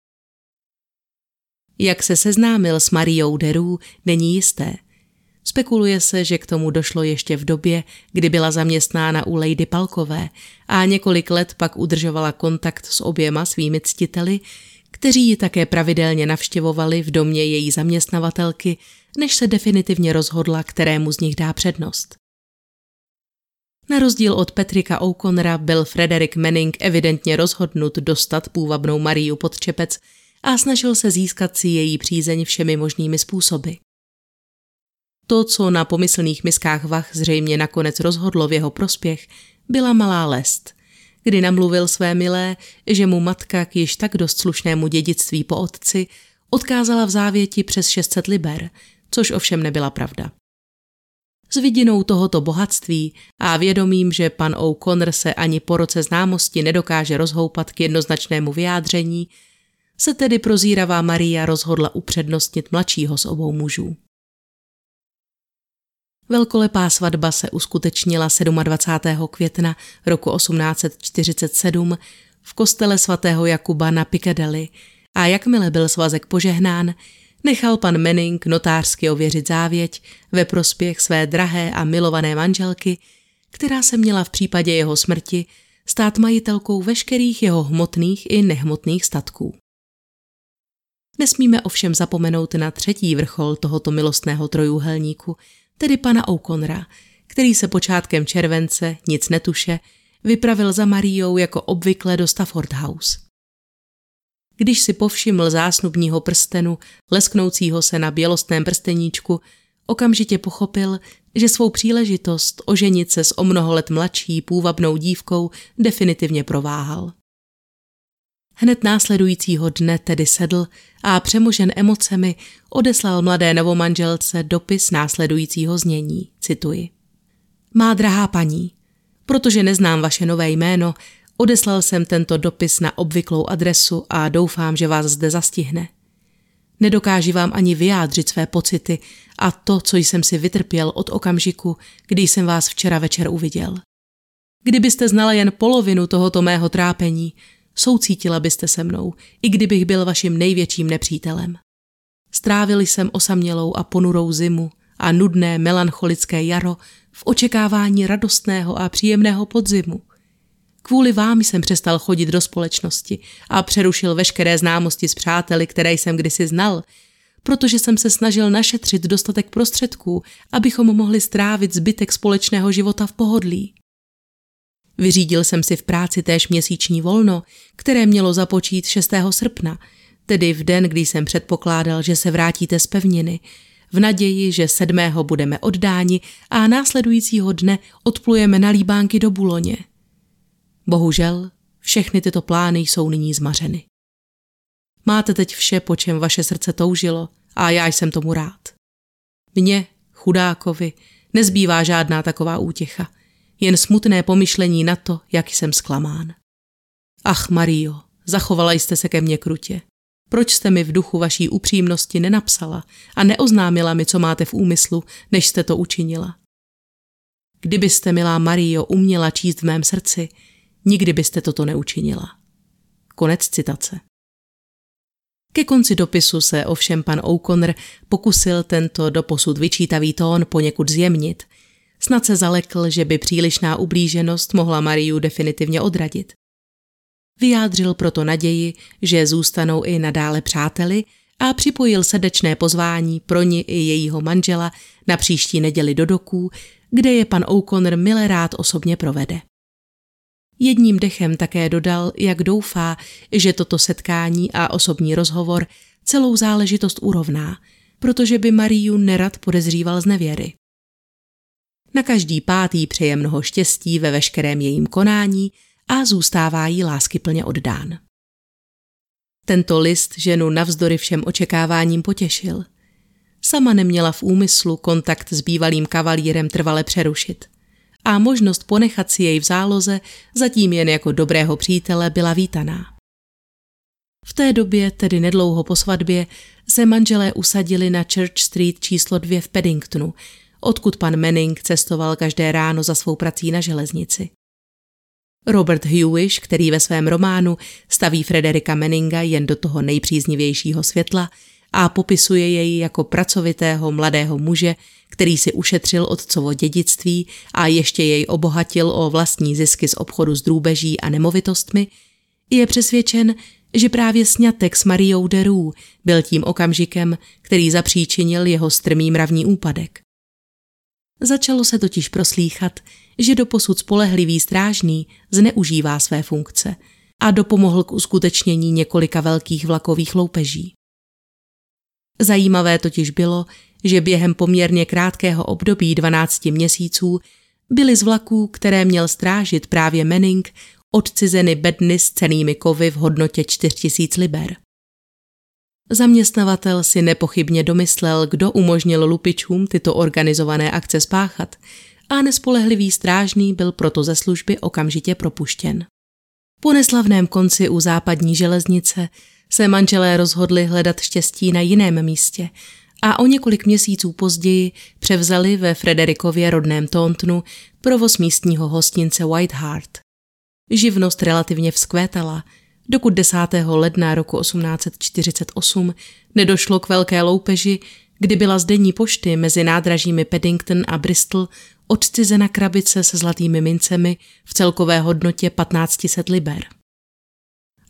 Jak se seznámil s Mariou Deru, není jisté. Spekuluje se, že k tomu došlo ještě v době, kdy byla zaměstnána u Lady Palkové a několik let pak udržovala kontakt s oběma svými ctiteli, kteří ji také pravidelně navštěvovali v domě její zaměstnavatelky, než se definitivně rozhodla, kterému z nich dá přednost. Na rozdíl od Patricka O'Connora byl Frederick Manning evidentně rozhodnut dostat půvabnou Mariu pod čepec a snažil se získat si její přízeň všemi možnými způsoby. To, co na pomyslných miskách vah zřejmě nakonec rozhodlo v jeho prospěch, byla malá lest, kdy namluvil své milé, že mu matka k již tak dost slušnému dědictví po otci odkázala v závěti přes 600 liber, což ovšem nebyla pravda. S vidinou tohoto bohatství a vědomím, že pan O'Connor se ani po roce známosti nedokáže rozhoupat k jednoznačnému vyjádření, se tedy prozíravá Maria rozhodla upřednostnit mladšího z obou mužů. Velkolepá svatba se uskutečnila 27. května roku 1847 v kostele svatého Jakuba na Piccadilly a jakmile byl svazek požehnán, nechal pan Manning notářsky ověřit závěť ve prospěch své drahé a milované manželky, která se měla v případě jeho smrti stát majitelkou veškerých jeho hmotných i nehmotných statků. Nesmíme ovšem zapomenout na třetí vrchol tohoto milostného trojúhelníku, tedy pana O'Connora, který se počátkem července, nic netuše, vypravil za Mariou jako obvykle do Stafford House. Když si povšiml zásnubního prstenu, lesknoucího se na bělostném prsteníčku, okamžitě pochopil, že svou příležitost oženit se s o mnoho let mladší půvabnou dívkou definitivně prováhal. Hned následujícího dne tedy sedl a přemožen emocemi odeslal mladé novomanželce dopis následujícího znění, cituji. Má drahá paní, protože neznám vaše nové jméno, odeslal jsem tento dopis na obvyklou adresu a doufám, že vás zde zastihne. Nedokáži vám ani vyjádřit své pocity a to, co jsem si vytrpěl od okamžiku, kdy jsem vás včera večer uviděl. Kdybyste znala jen polovinu tohoto mého trápení, soucítila byste se mnou, i kdybych byl vaším největším nepřítelem. Strávil jsem osamělou a ponurou zimu a nudné melancholické jaro v očekávání radostného a příjemného podzimu. Kvůli vám jsem přestal chodit do společnosti a přerušil veškeré známosti s přáteli, které jsem kdysi znal, protože jsem se snažil našetřit dostatek prostředků, abychom mohli strávit zbytek společného života v pohodlí. Vyřídil jsem si v práci též měsíční volno, které mělo započít 6. srpna, tedy v den, kdy jsem předpokládal, že se vrátíte z pevniny, v naději, že 7. budeme oddáni a následujícího dne odplujeme na líbánky do Boulogne. Bohužel, všechny tyto plány jsou nyní zmařeny. Máte teď vše, po čem vaše srdce toužilo, a já jsem tomu rád. Mně, chudákovi, nezbývá žádná taková útěcha, jen smutné pomyšlení na to, jak jsem zklamán. Ach, Mario, zachovala jste se ke mně krutě. Proč jste mi v duchu vaší upřímnosti nenapsala a neoznámila mi, co máte v úmyslu, než jste to učinila? Kdybyste, milá Mario, uměla číst v mém srdci, nikdy byste toto neučinila. Konec citace. Ke konci dopisu se ovšem pan O'Connor pokusil tento doposud vyčítavý tón poněkud zjemnit. Snad se zalekl, že by přílišná ublíženost mohla Mariu definitivně odradit. Vyjádřil proto naději, že zůstanou i nadále přáteli a připojil srdečné pozvání pro ni i jejího manžela na příští neděli do Doků, kde je pan O'Connor mile rád osobně provede. Jedním dechem také dodal, jak doufá, že toto setkání a osobní rozhovor celou záležitost urovná, protože by Mariu nerad podezříval z nevěry. Na každý pátý přeje mnoho štěstí ve veškerém jejím konání a zůstává jí láskyplně oddán. Tento list ženu navzdory všem očekáváním potěšil. Sama neměla v úmyslu kontakt s bývalým kavalírem trvale přerušit a možnost ponechat si jej v záloze zatím jen jako dobrého přítele byla vítaná. V té době, tedy nedlouho po svatbě, se manželé usadili na Church Street číslo 2 v Paddingtonu, odkud pan Manning cestoval každé ráno za svou prací na železnici. Robert Hewish, který ve svém románu staví Frederika Manninga jen do toho nejpříznivějšího světla a popisuje jej jako pracovitého mladého muže, který si ušetřil otcovo dědictví a ještě jej obohatil o vlastní zisky z obchodu s drůbeží a nemovitostmi, je přesvědčen, že právě sňatek s Mariou de Roux byl tím okamžikem, který zapříčinil jeho strmý mravní úpadek. Začalo se totiž proslýchat, že doposud spolehlivý strážný zneužívá své funkce a dopomohl k uskutečnění několika velkých vlakových loupeží. Zajímavé totiž bylo, že během poměrně krátkého období 12 měsíců byly z vlaků, které měl strážit právě Manning, odcizeny bedny s cennými kovy v hodnotě 4000 liber. Zaměstnavatel si nepochybně domyslel, kdo umožnil lupičům tyto organizované akce spáchat a nespolehlivý strážný byl proto ze služby okamžitě propuštěn. Po neslavném konci u západní železnice se manželé rozhodli hledat štěstí na jiném místě a o několik měsíců později převzali ve Frederikově rodném Tauntonu provoz místního hostince White Hart. Živnost relativně vzkvétala, dokud 10. ledna roku 1848 nedošlo k velké loupeži, kdy byla z denní pošty mezi nádražími Paddington a Bristol odcizena krabice se zlatými mincemi v celkové hodnotě 1500 liber.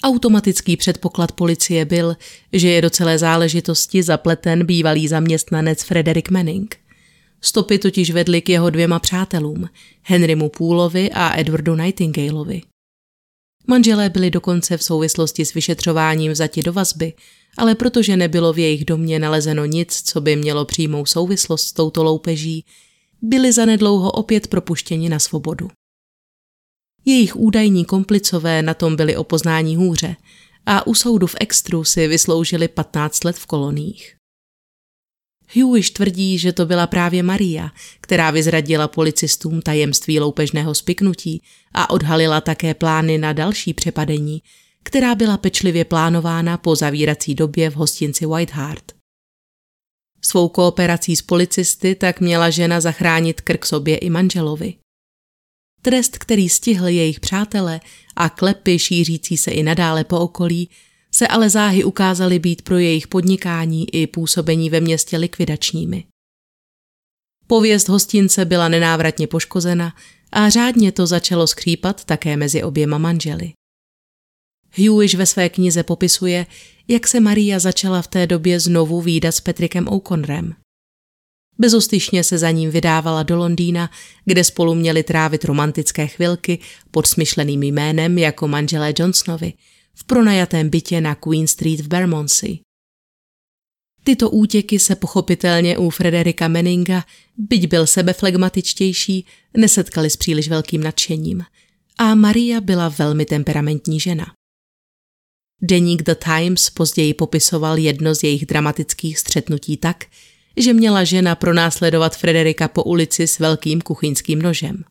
Automatický předpoklad policie byl, že je do celé záležitosti zapleten bývalý zaměstnanec Frederick Manning. Stopy totiž vedly k jeho 2 přátelům, Henrymu Poolovi a Edwardu Nightingaleovi. Manželé byli dokonce v souvislosti s vyšetřováním vzati do vazby, ale protože nebylo v jejich domě nalezeno nic, co by mělo přímou souvislost s touto loupeží, byli zanedlouho opět propuštěni na svobodu. Jejich údajní komplicové na tom byli o poznání hůře a u soudu v Exeteru si vysloužili 15 let v koloniích. Hewish tvrdí, že to byla právě Maria, která vyzradila policistům tajemství loupežného spiknutí a odhalila také plány na další přepadení, která byla pečlivě plánována po zavírací době v hostinci White Hart. Svou kooperací s policisty tak měla žena zachránit krk sobě i manželovi. Trest, který stihl jejich přátele a klepy šířící se i nadále po okolí, se ale záhy ukázaly být pro jejich podnikání i působení ve městě likvidačními. Pověst hostince byla nenávratně poškozena a řádně to začalo skřípat také mezi oběma manželi. Hewish ve své knize popisuje, jak se Maria začala v té době znovu vídat s Patrickem O'Connorem. Bezostyšně se za ním vydávala do Londýna, kde spolu měli trávit romantické chvilky pod smyšleným jménem jako manželé Johnsonovi v pronajatém bytě na Queen Street v Bermondsey. Tyto útěky se pochopitelně u Fredericka Manninga, byť byl sebeflegmatičtější, nesetkaly s příliš velkým nadšením a Maria byla velmi temperamentní žena. Deník The Times později popisoval jedno z jejich dramatických střetnutí tak, že měla žena pronásledovat Fredericka po ulici s velkým kuchyňským nožem.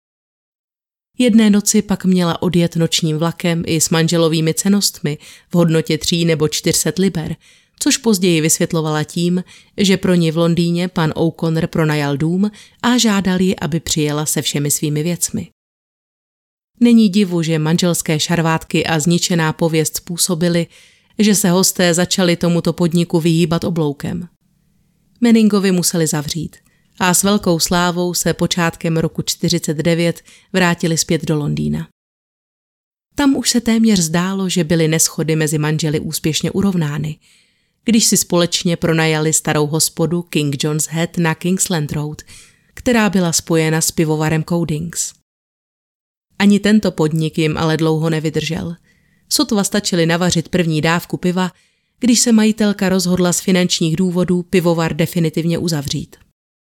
Jedné noci pak měla odjet nočním vlakem i s manželovými cennostmi v hodnotě 3 nebo 400 liber, což později vysvětlovala tím, že pro ní v Londýně pan O'Connor pronajal dům a žádal ji, aby přijela se všemi svými věcmi. Není divu, že manželské šarvátky a zničená pověst způsobily, že se hosté začali tomuto podniku vyhýbat obloukem. Manningovi museli zavřít a s velkou slávou se počátkem roku 1949 vrátili zpět do Londýna. Tam už se téměř zdálo, že byly neshody mezi manželi úspěšně urovnány, když si společně pronajali starou hospodu King John's Head na Kingsland Road, která byla spojena s pivovarem Codings. Ani tento podnik jim ale dlouho nevydržel. Sotva stačili navařit první dávku piva, když se majitelka rozhodla z finančních důvodů pivovar definitivně uzavřít.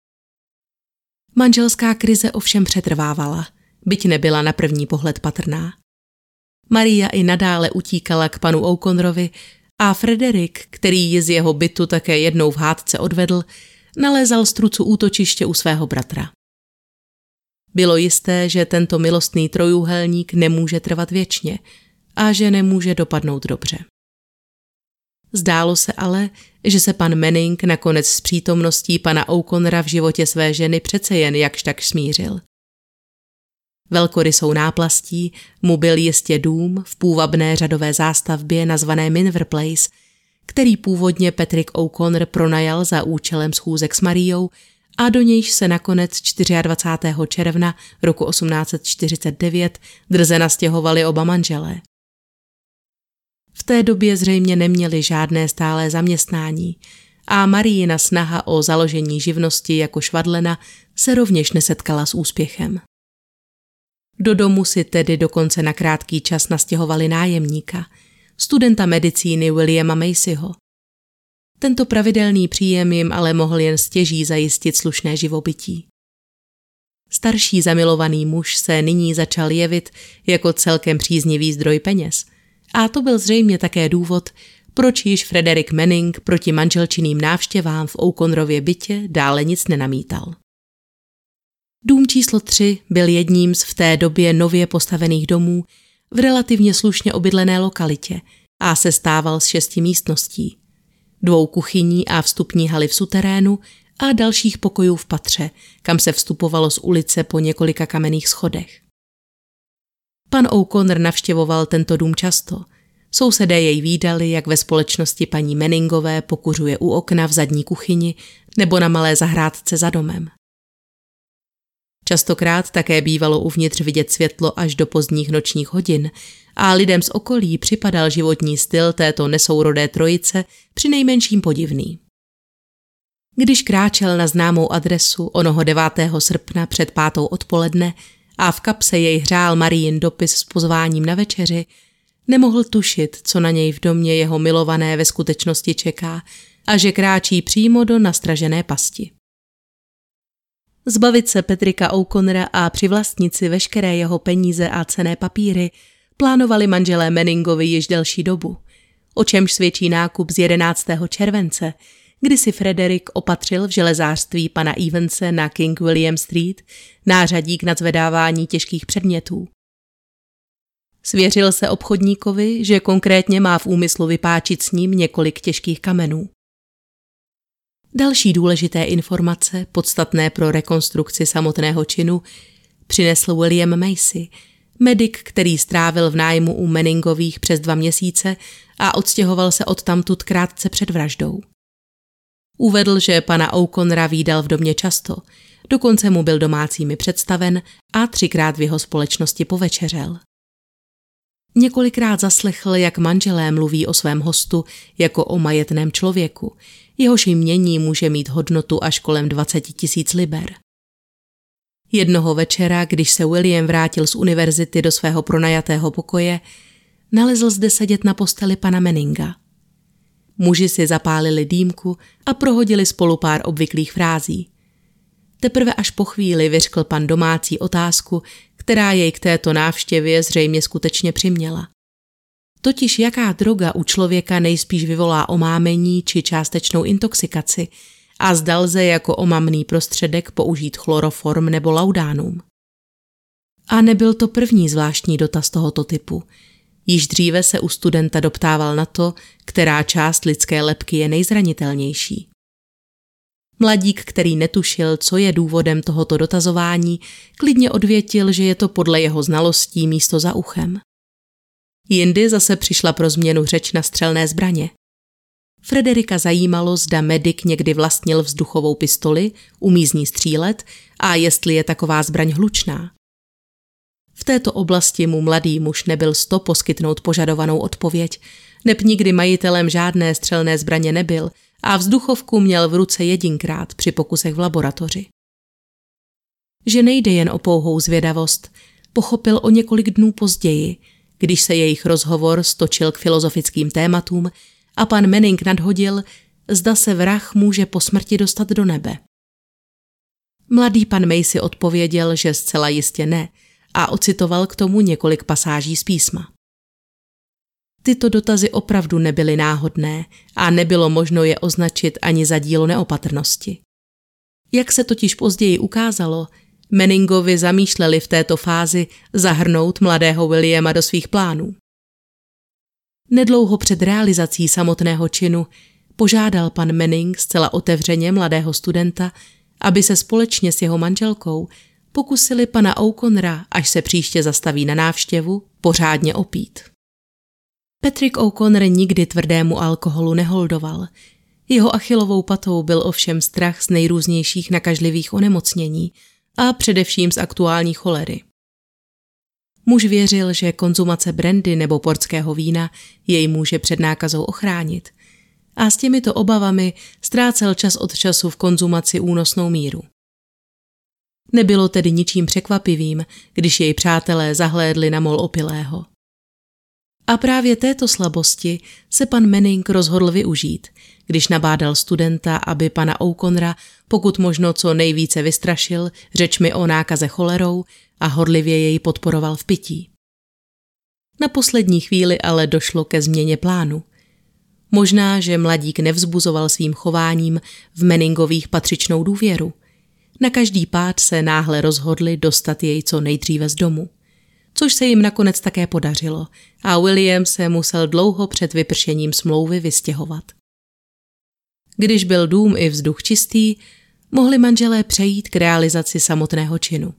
Manželská krize ovšem přetrvávala, byť nebyla na první pohled patrná. Maria i nadále utíkala k panu O'Connorovi a Frederick, který ji z jeho bytu také jednou v hádce odvedl, nalézal strucu útočiště u svého bratra. Bylo jisté, že tento milostný trojúhelník nemůže trvat věčně a že nemůže dopadnout dobře. Zdálo se ale, že se pan Manning nakonec s přítomností pana O'Connora v životě své ženy přece jen jakž tak smířil. Velkorysou náplastí mu byl jistě dům v půvabné řadové zástavbě nazvané Minver Place, který původně Patrick O'Connor pronajal za účelem schůzek s Mariou a do nějž se nakonec 24. června roku 1849 drze nastěhovali oba manželé. V té době zřejmě neměli žádné stálé zaměstnání a Mariina snaha o založení živnosti jako švadlena se rovněž nesetkala s úspěchem. Do domu si tedy dokonce na krátký čas nastěhovali nájemníka, studenta medicíny Williama Macyho. Tento pravidelný příjem jim ale mohl jen stěží zajistit slušné živobytí. Starší zamilovaný muž se nyní začal jevit jako celkem příznivý zdroj peněz a to byl zřejmě také důvod, proč již Frederick Manning proti manželčiným návštěvám v O'Connorově bytě dále nic nenamítal. Dům číslo 3 byl jedním z v té době nově postavených domů v relativně slušně obydlené lokalitě a sestával z 6 místností, 2 kuchyní a vstupní haly v suterénu a dalších pokojů v patře, kam se vstupovalo z ulice po několika kamenných schodech. Pan O'Connor navštěvoval tento dům často. Sousedé jej vídali, jak ve společnosti paní Manningové pokuřuje u okna v zadní kuchyni nebo na malé zahrádce za domem. Častokrát také bývalo uvnitř vidět světlo až do pozdních nočních hodin a lidem z okolí připadal životní styl této nesourodé trojice přinejmenším podivný. Když kráčel na známou adresu onoho 9. srpna před 5. odpoledne a v kapse jej hřál Marijin dopis s pozváním na večeři, nemohl tušit, co na něj v domě jeho milované ve skutečnosti čeká a že kráčí přímo do nastražené pasti. Zbavit se Patricka O'Connora a přivlastnit si veškeré jeho peníze a cenné papíry plánovali manželé Manningovi již delší dobu, o čemž svědčí nákup z 11. července, kdy si Frederick opatřil v železářství pana Evanse na King William Street nářadík na zvedávání těžkých předmětů. Svěřil se obchodníkovi, že konkrétně má v úmyslu vypáčit s ním několik těžkých kamenů. Další důležité informace, podstatné pro rekonstrukci samotného činu, přinesl William Macy, medik, který strávil v nájmu u Manningových přes 2 měsíce a odstěhoval se odtamtud krátce před vraždou. Uvedl, že pana O'Connora vídal v domě často, dokonce mu byl domácími představen a 3krát v jeho společnosti povečeřel. Několikrát zaslechl, jak manželé mluví o svém hostu jako o majetném člověku, jehož jmění může mít hodnotu až kolem 20 000 liber. Jednoho večera, když se William vrátil z univerzity do svého pronajatého pokoje, nalezl zde sedět na posteli pana Manninga. Muži si zapálili dýmku a prohodili spolu pár obvyklých frází. Teprve až po chvíli vyřkl pan domácí otázku, která jej k této návštěvě zřejmě skutečně přiměla. Totiž jaká droga u člověka nejspíš vyvolá omámení či částečnou intoxikaci a zda lze jako omamný prostředek použít chloroform nebo laudánum. A nebyl to první zvláštní dotaz tohoto typu. Již dříve se u studenta doptával na to, která část lidské lebky je nejzranitelnější. Mladík, který netušil, co je důvodem tohoto dotazování, klidně odvětil, že je to podle jeho znalostí místo za uchem. Jindy zase přišla pro změnu řeč na střelné zbraně. Frederika zajímalo, zda medik někdy vlastnil vzduchovou pistoli, umí z ní střílet a jestli je taková zbraň hlučná. V této oblasti mu mladý muž nebyl 100 poskytnout požadovanou odpověď, neb nikdy majitelem žádné střelné zbraně nebyl a vzduchovku měl v ruce jedinkrát při pokusech v laboratoři. Že nejde jen o pouhou zvědavost, pochopil o několik dnů později, když se jejich rozhovor stočil k filozofickým tématům a pan Manning nadhodil, zda se vrah může po smrti dostat do nebe. Mladý pan Macy odpověděl, že zcela jistě ne, a ocitoval k tomu několik pasáží z písma. Tyto dotazy opravdu nebyly náhodné a nebylo možno je označit ani za dílo neopatrnosti. Jak se totiž později ukázalo, Manningovi zamýšleli v této fázi zahrnout mladého Williama do svých plánů. Nedlouho před realizací samotného činu požádal pan Manning zcela otevřeně mladého studenta, aby se společně s jeho manželkou pokusili pana O'Connora, až se příště zastaví na návštěvu, pořádně opít. Patrick O'Connor nikdy tvrdému alkoholu neholdoval. Jeho achillovou patou byl ovšem strach z nejrůznějších nakažlivých onemocnění a především z aktuální cholery. Muž věřil, že konzumace brandy nebo portského vína jej může před nákazou ochránit a s těmito obavami ztrácel čas od času v konzumaci únosnou míru. Nebylo tedy ničím překvapivým, když jej přátelé zahlédli na mol opilého. A právě této slabosti se pan Manning rozhodl využít, když nabádal studenta, aby pana O'Connora pokud možno co nejvíce vystrašil řečmi o nákaze cholerou a horlivě jej podporoval v pití. Na poslední chvíli ale došlo ke změně plánu. Možná, že mladík nevzbuzoval svým chováním v Manningových patřičnou důvěru. Na každý pád se náhle rozhodli dostat jej co nejdříve z domu. Což se jim nakonec také podařilo a William se musel dlouho před vypršením smlouvy vystěhovat. Když byl dům i vzduch čistý, mohli manželé přejít k realizaci samotného činu.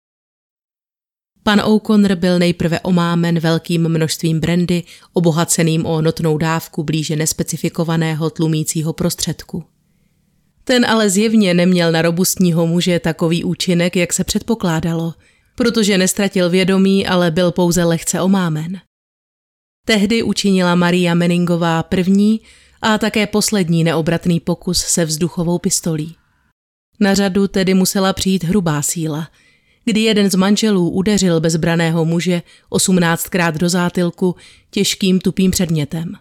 Pan O'Connor byl nejprve omámen velkým množstvím brandy, obohaceným o notnou dávku blíže nespecifikovaného tlumícího prostředku. Ten ale zjevně neměl na robustního muže takový účinek, jak se předpokládalo, protože nestratil vědomí, ale byl pouze lehce omámen. Tehdy učinila Maria Manningová první a také poslední neobratný pokus se vzduchovou pistolí. Na řadu tedy musela přijít hrubá síla, kdy jeden z manželů udeřil bezbraného muže 18krát do zátylku těžkým tupým předmětem.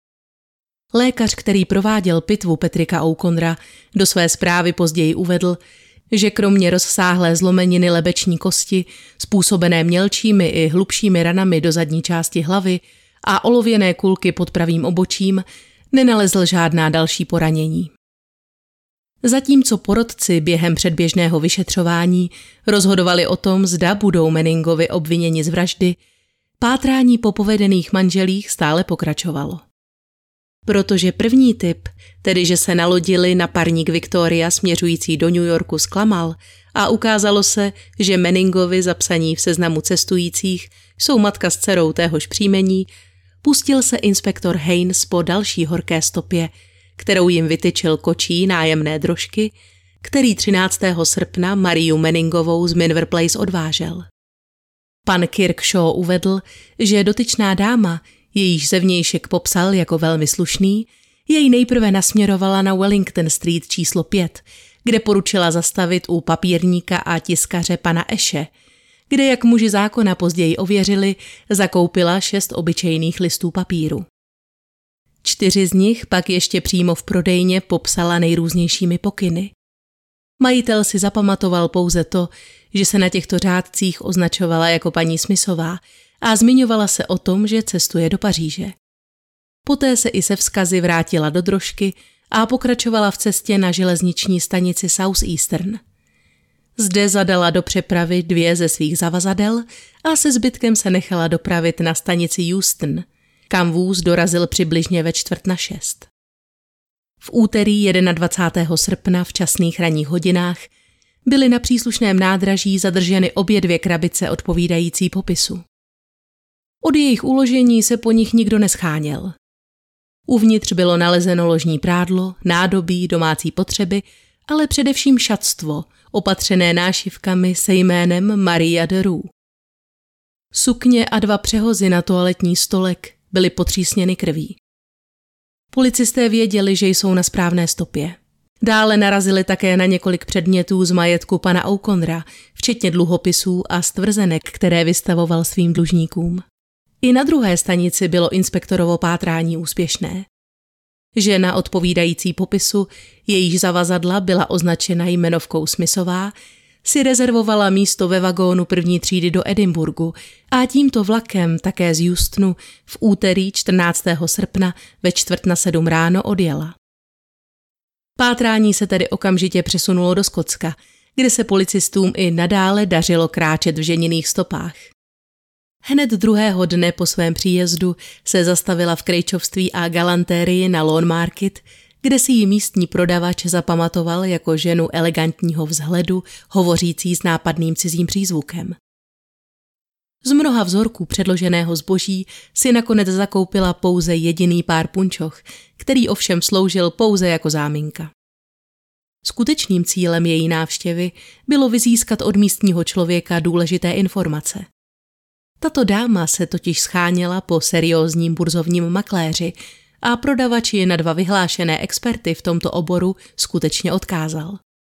Lékař, který prováděl pitvu Patricka O'Connora, do své zprávy později uvedl, že kromě rozsáhlé zlomeniny lebeční kosti, způsobené mělčími i hlubšími ranami do zadní části hlavy a olověné kulky pod pravým obočím, nenalezl žádná další poranění. Zatímco porotci během předběžného vyšetřování rozhodovali o tom, zda budou Manningovi obviněni z vraždy, pátrání po povedených manželích stále pokračovalo. Protože první typ, tedy že se nalodili na parník Victoria směřující do New Yorku, zklamal a ukázalo se, že Manningovi zapsaní v seznamu cestujících jsou matka s dcerou téhož příjmení, pustil se inspektor Haynes po další horké stopě, kterou jim vytyčil kočí nájemné drožky, který 13. srpna Mariu Manningovou z Minver Place odvážel. Pan Kirk Shaw uvedl, že dotyčná dáma, jejíž zevnějšek popsal jako velmi slušný, jej nejprve nasměrovala na Wellington Street číslo 5, kde poručila zastavit u papírníka a tiskaře pana Ashe, kde, jak muži zákona později ověřili, zakoupila 6 obyčejných listů papíru. 4 z nich pak ještě přímo v prodejně popsala nejrůznějšími pokyny. Majitel si zapamatoval pouze to, že se na těchto řádcích označovala jako paní Smithová a zmiňovala se o tom, že cestuje do Paříže. Poté se i se vzkazy vrátila do drožky a pokračovala v cestě na železniční stanici Southeastern. Zde zadala do přepravy 2 ze svých zavazadel a se zbytkem se nechala dopravit na stanici Euston, kam vůz dorazil přibližně ve 5:45. V úterý 21. srpna v časných ranních hodinách byly na příslušném nádraží zadrženy obě 2 krabice odpovídající popisu. Od jejich uložení se po nich nikdo nescháněl. Uvnitř bylo nalezeno ložní prádlo, nádobí, domácí potřeby, ale především šatstvo, opatřené nášivkami se jménem Maria de Roux. Sukně a 2 přehozy na toaletní stolek byly potřísněny krví. Policisté věděli, že jsou na správné stopě. Dále narazili také na několik předmětů z majetku pana O'Connora, včetně dluhopisů a stvrzenek, které vystavoval svým dlužníkům. I na druhé stanici bylo inspektorovo pátrání úspěšné. Žena odpovídající popisu, jejíž zavazadla byla označena jmenovkou Smithová, si rezervovala místo ve vagónu první třídy do Edinburghu a tímto vlakem také z Houstonu v úterý 14. srpna ve 6:45 ráno odjela. Pátrání se tedy okamžitě přesunulo do Skotska, kde se policistům i nadále dařilo kráčet v ženiných stopách. Hned druhého dne po svém příjezdu se zastavila v krejčovství a galantérii na Lawn Market, kde si ji místní prodavač zapamatoval jako ženu elegantního vzhledu, hovořící s nápadným cizím přízvukem. Z mnoha vzorků předloženého zboží si nakonec zakoupila pouze jediný pár punčoch, který ovšem sloužil pouze jako záminka. Skutečným cílem její návštěvy bylo vyzískat od místního člověka důležité informace. Tato dáma se totiž scháněla po seriózním burzovním makléři a prodavač ji na 2 vyhlášené experty v tomto oboru skutečně odkázal.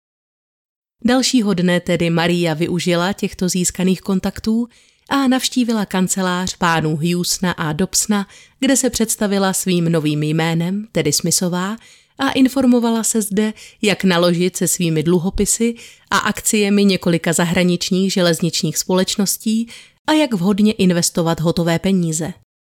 Dalšího dne tedy Maria využila těchto získaných kontaktů a navštívila kancelář pánů Houstona a Dobsona, kde se představila svým novým jménem, tedy Smithová, a informovala se zde, jak naložit se svými dluhopisy a akciemi několika zahraničních železničních společností a jak vhodně investovat hotové peníze.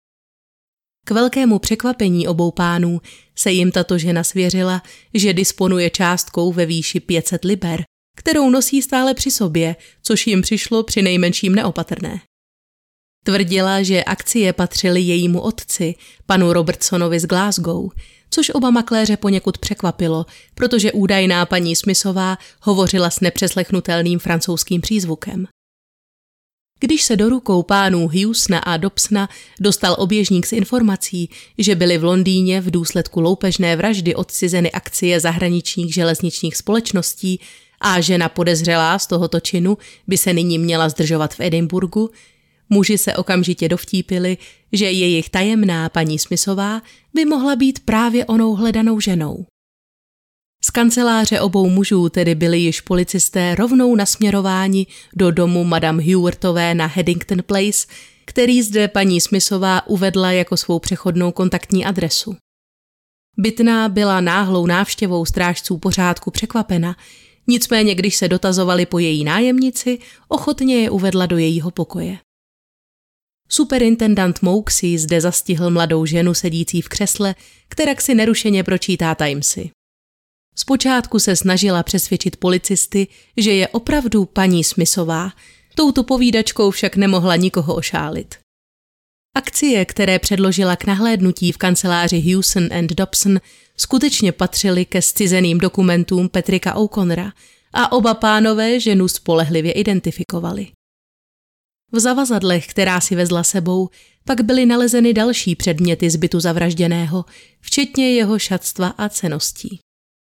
K velkému překvapení obou pánů se jim tato žena svěřila, že disponuje částkou ve výši 500 liber, kterou nosí stále při sobě, což jim přišlo přinejmenším neopatrné. Tvrdila, že akcie patřily jejímu otci, panu Robertsonovi z Glasgow, což oba makléře poněkud překvapilo, protože údajná paní Smithová hovořila s nepřeslechnutelným francouzským přízvukem. Když se do rukou pánů Hughesona a Dobsona dostal oběžník s informací, že byly v Londýně v důsledku loupežné vraždy odcizeny akcie zahraničních železničních společností a žena podezřelá z tohoto činu by se nyní měla zdržovat v Edinburghu, muži se okamžitě dovtípili, že jejich tajemná paní Smithová by mohla být právě onou hledanou ženou. Z kanceláře obou mužů tedy byli již policisté rovnou nasměrováni do domu Madame Heworthové na Haddington Place, který zde paní Smithová uvedla jako svou přechodnou kontaktní adresu. Bytná byla náhlou návštěvou strážců pořádku překvapena, nicméně když se dotazovali po její nájemnici, ochotně je uvedla do jejího pokoje. Superintendent Mouksey zde zastihl mladou ženu sedící v křesle, která si nerušeně pročítá Timesy. Zpočátku se snažila přesvědčit policisty, že je opravdu paní Smithová, touto povídačkou však nemohla nikoho ošálit. Akcie, které předložila k nahlédnutí v kanceláři Hewson and Dobson, skutečně patřily ke zcizeným dokumentům Patricka O'Connora a oba pánové ženu spolehlivě identifikovali. V zavazadlech, která si vezla sebou, pak byly nalezeny další předměty z bytu zavražděného, včetně jeho šatstva a cenností.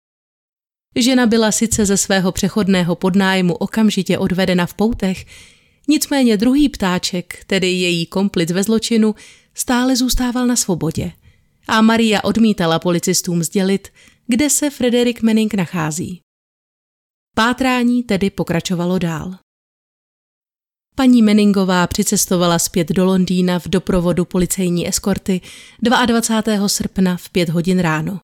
Žena byla sice ze svého přechodného podnájmu okamžitě odvedena v poutech, nicméně druhý ptáček, tedy její komplic ve zločinu, stále zůstával na svobodě a Maria odmítala policistům sdělit, kde se Frederick Manning nachází. Pátrání tedy pokračovalo dál. Paní Manningová přicestovala zpět do Londýna v doprovodu policejní eskorty 22. srpna v 5 hodin ráno.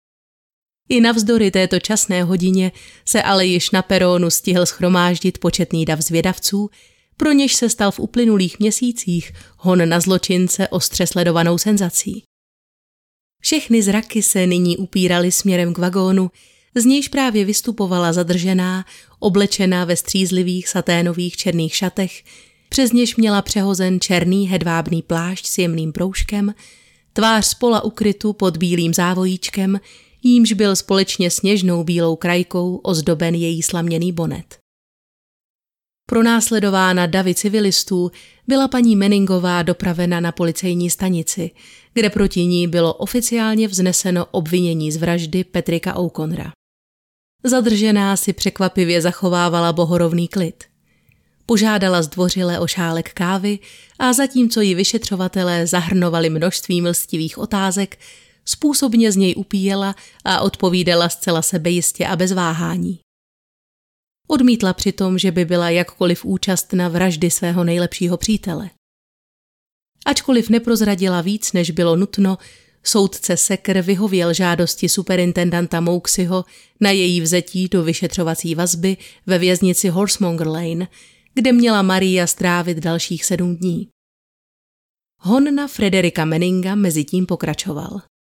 I navzdory této časné hodině se ale již na perónu stihl shromáždit početný dav zvědavců, pro něž se stal v uplynulých měsících hon na zločince ostře sledovanou senzací. Všechny zraky se nyní upíraly směrem k vagónu, z nějž právě vystupovala zadržená, oblečená ve střízlivých saténových černých šatech, přes něž měla přehozen černý hedvábný plášť s jemným proužkem, tvář spola ukrytu pod bílým závojíčkem, jímž byl společně s něžnou bílou krajkou ozdoben její slaměný bonet. Pronásledována davy civilistů byla paní Manningová dopravena na policejní stanici, kde proti ní bylo oficiálně vzneseno obvinění z vraždy Patricka O'Connora. Zadržená si překvapivě zachovávala bohorovný klid. Požádala zdvořile o šálek kávy a zatímco ji vyšetřovatelé zahrnovali množstvím lstivých otázek, způsobně z něj upíjela a odpovídala zcela sebejistě a bez váhání. Odmítla přitom, že by byla jakkoliv účastna vraždy svého nejlepšího přítele. Ačkoliv neprozradila víc, než bylo nutno, soudce Secker vyhověl žádosti superintendanta Moukseyho na její vzetí do vyšetřovací vazby ve věznici Horsemonger Lane, kde měla Maria strávit dalších 7 dní. Hon na Fredericka Manninga mezitím pokračoval.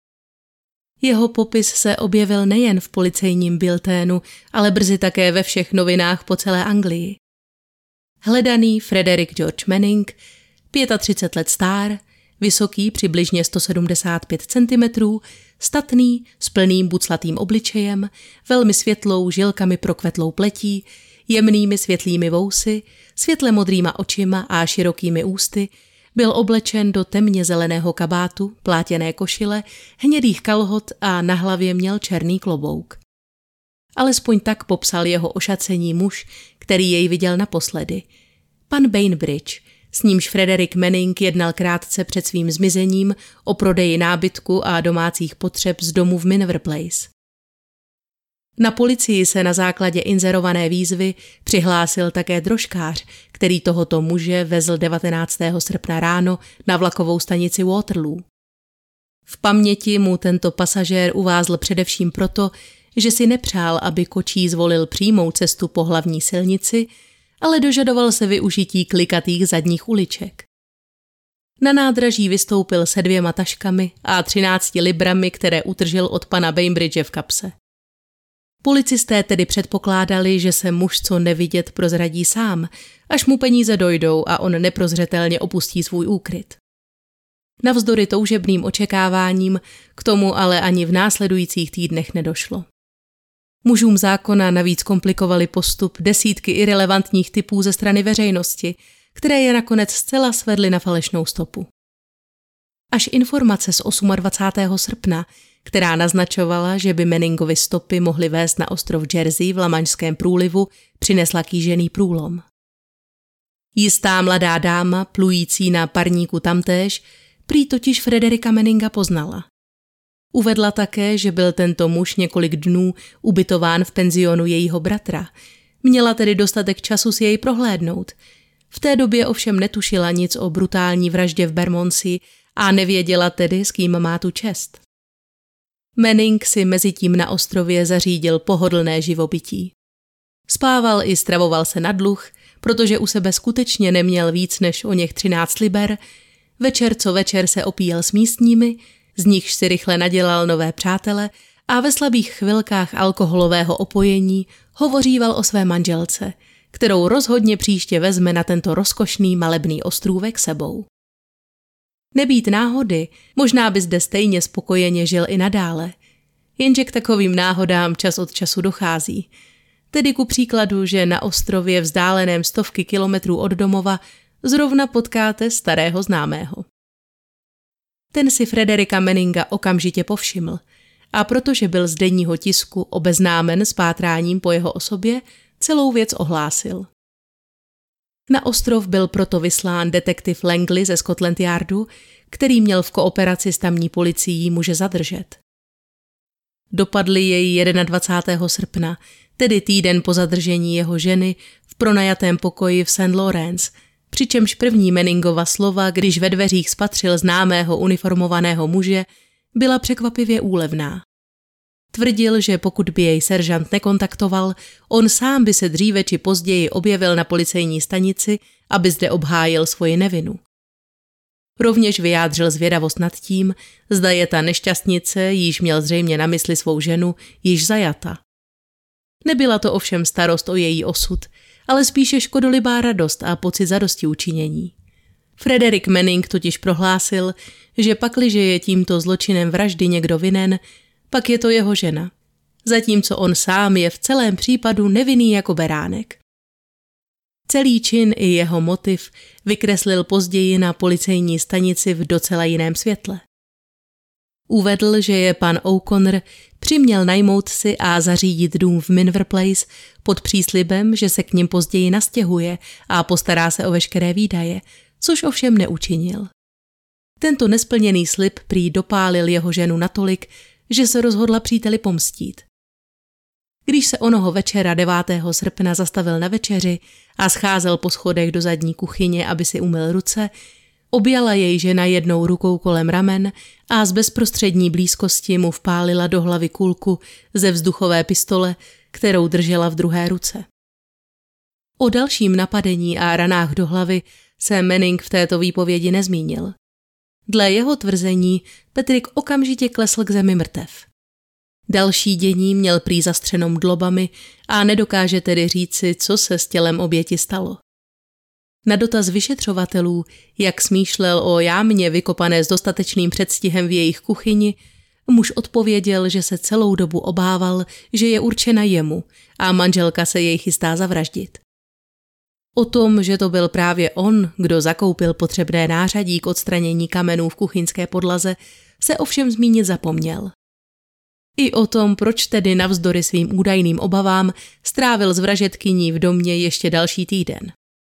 Jeho popis se objevil nejen v policejním bilténu, ale brzy také ve všech novinách po celé Anglii. Hledaný Frederick George Manning, 35 let star, vysoký přibližně 175 cm, statný, s plným buclatým obličejem, velmi světlou žilkami prokvetlou pletí, jemnými světlými vousy, světle modrýma očima a širokými ústy, byl oblečen do temně zeleného kabátu, plátěné košile, hnědých kalhot a na hlavě měl černý klobouk. Alespoň tak popsal jeho ošacení muž, který jej viděl naposledy. Pan Bainbridge, s nímž Frederick Manning jednal krátce před svým zmizením o prodeji nábytku a domácích potřeb z domu v Minover Place. Na policii se na základě inzerované výzvy přihlásil také drožkář, který tohoto muže vezl 19. srpna ráno na vlakovou stanici Waterloo. V paměti mu tento pasažér uvázl především proto, že si nepřál, aby kočí zvolil přímou cestu po hlavní silnici, ale dožadoval se využití klikatých zadních uliček. Na nádraží vystoupil se 2 taškami a 13 librami, které utržil od pana Bainbridge v kapse. Policisté tedy předpokládali, že se muž co nevidět prozradí sám, až mu peníze dojdou a on neprozřetelně opustí svůj úkryt. Navzdory toužebným očekáváním k tomu ale ani v následujících týdnech nedošlo. Mužům zákona navíc komplikovali postup desítky irelevantních typů ze strany veřejnosti, které je nakonec zcela svedly na falešnou stopu. Až informace z 28. srpna, která naznačovala, že by Manningovy stopy mohly vést na ostrov Jersey v Lamaňském průlivu, přinesla kýžený průlom. Jistá mladá dáma, plující na parníku tamtéž, prý totiž Frederika Manninga poznala. Uvedla také, že byl tento muž několik dnů ubytován v penzionu jejího bratra. Měla tedy dostatek času si jej prohlédnout. V té době ovšem netušila nic o brutální vraždě v Bermondsey a nevěděla tedy, s kým má tu čest. Manning si mezitím na ostrově zařídil pohodlné živobytí. Spával i stravoval se na dluh, protože u sebe skutečně neměl víc než oněch 13 liber, večer co večer se opíjel s místními, z nichž si rychle nadělal nové přátele a ve slabých chvilkách alkoholového opojení hovoříval o své manželce, kterou rozhodně příště vezme na tento rozkošný malebný ostrůvek sebou. Nebýt náhody, možná by zde stejně spokojeně žil i nadále, jenže k takovým náhodám čas od času dochází. Tedy ku příkladu, že na ostrově vzdáleném stovky kilometrů od domova zrovna potkáte starého známého. Ten si Frederika Manninga okamžitě povšiml a protože byl z denního tisku obeznámen s pátráním po jeho osobě, celou věc ohlásil. Na ostrov byl proto vyslán detektiv Langley ze Scotland Yardu, který měl v kooperaci s tamní policií muže zadržet. Dopadli jej 21. srpna, tedy týden po zadržení jeho ženy, v pronajatém pokoji v St. Lawrence, přičemž první Manningova slova, když ve dveřích spatřil známého uniformovaného muže, byla překvapivě úlevná. Tvrdil, že pokud by jej seržant nekontaktoval, on sám by se dříve či později objevil na policejní stanici, aby zde obhájil svoji nevinu. Rovněž vyjádřil zvědavost nad tím, zda je ta nešťastnice, jíž měl zřejmě na mysli svou ženu, již zajata. Nebyla to ovšem starost o její osud, ale spíše škodolibá radost a pocit zadostiučinění. Frederik Manning totiž prohlásil, že pakliže je tímto zločinem vraždy někdo vinen, pak je to jeho žena, zatímco on sám je v celém případu nevinný jako beránek. Celý čin i jeho motiv vykreslil později na policejní stanici v docela jiném světle. Uvedl, že je pan O'Connor přiměl najmout si a zařídit dům v Minver Place pod příslibem, že se k nim později nastěhuje a postará se o veškeré výdaje, což ovšem neučinil. Tento nesplněný slib prý dopálil jeho ženu natolik, že se rozhodla příteli pomstít. Když se onoho večera 9. srpna zastavil na večeři a scházel po schodech do zadní kuchyně, aby si umyl ruce, objala jej žena jednou rukou kolem ramen a z bezprostřední blízkosti mu vpálila do hlavy kulku ze vzduchové pistole, kterou držela v druhé ruce. O dalším napadení a ranách do hlavy se Manning v této výpovědi nezmínil. Dle jeho tvrzení Patrick okamžitě klesl k zemi mrtev. Další dění měl prý zastřenou dlobami a nedokáže tedy říci, co se s tělem oběti stalo. Na dotaz vyšetřovatelů, jak smýšlel o jámě vykopané s dostatečným předstihem v jejich kuchyni, muž odpověděl, že se celou dobu obával, že je určena jemu a manželka se jej chystá zavraždit. O tom, že to byl právě on, kdo zakoupil potřebné nářadí k odstranění kamenů v kuchyňské podlaze, se ovšem zmínit zapomněl. I o tom, proč tedy navzdory svým údajným obavám strávil s vražedkyní v domě ještě další týden.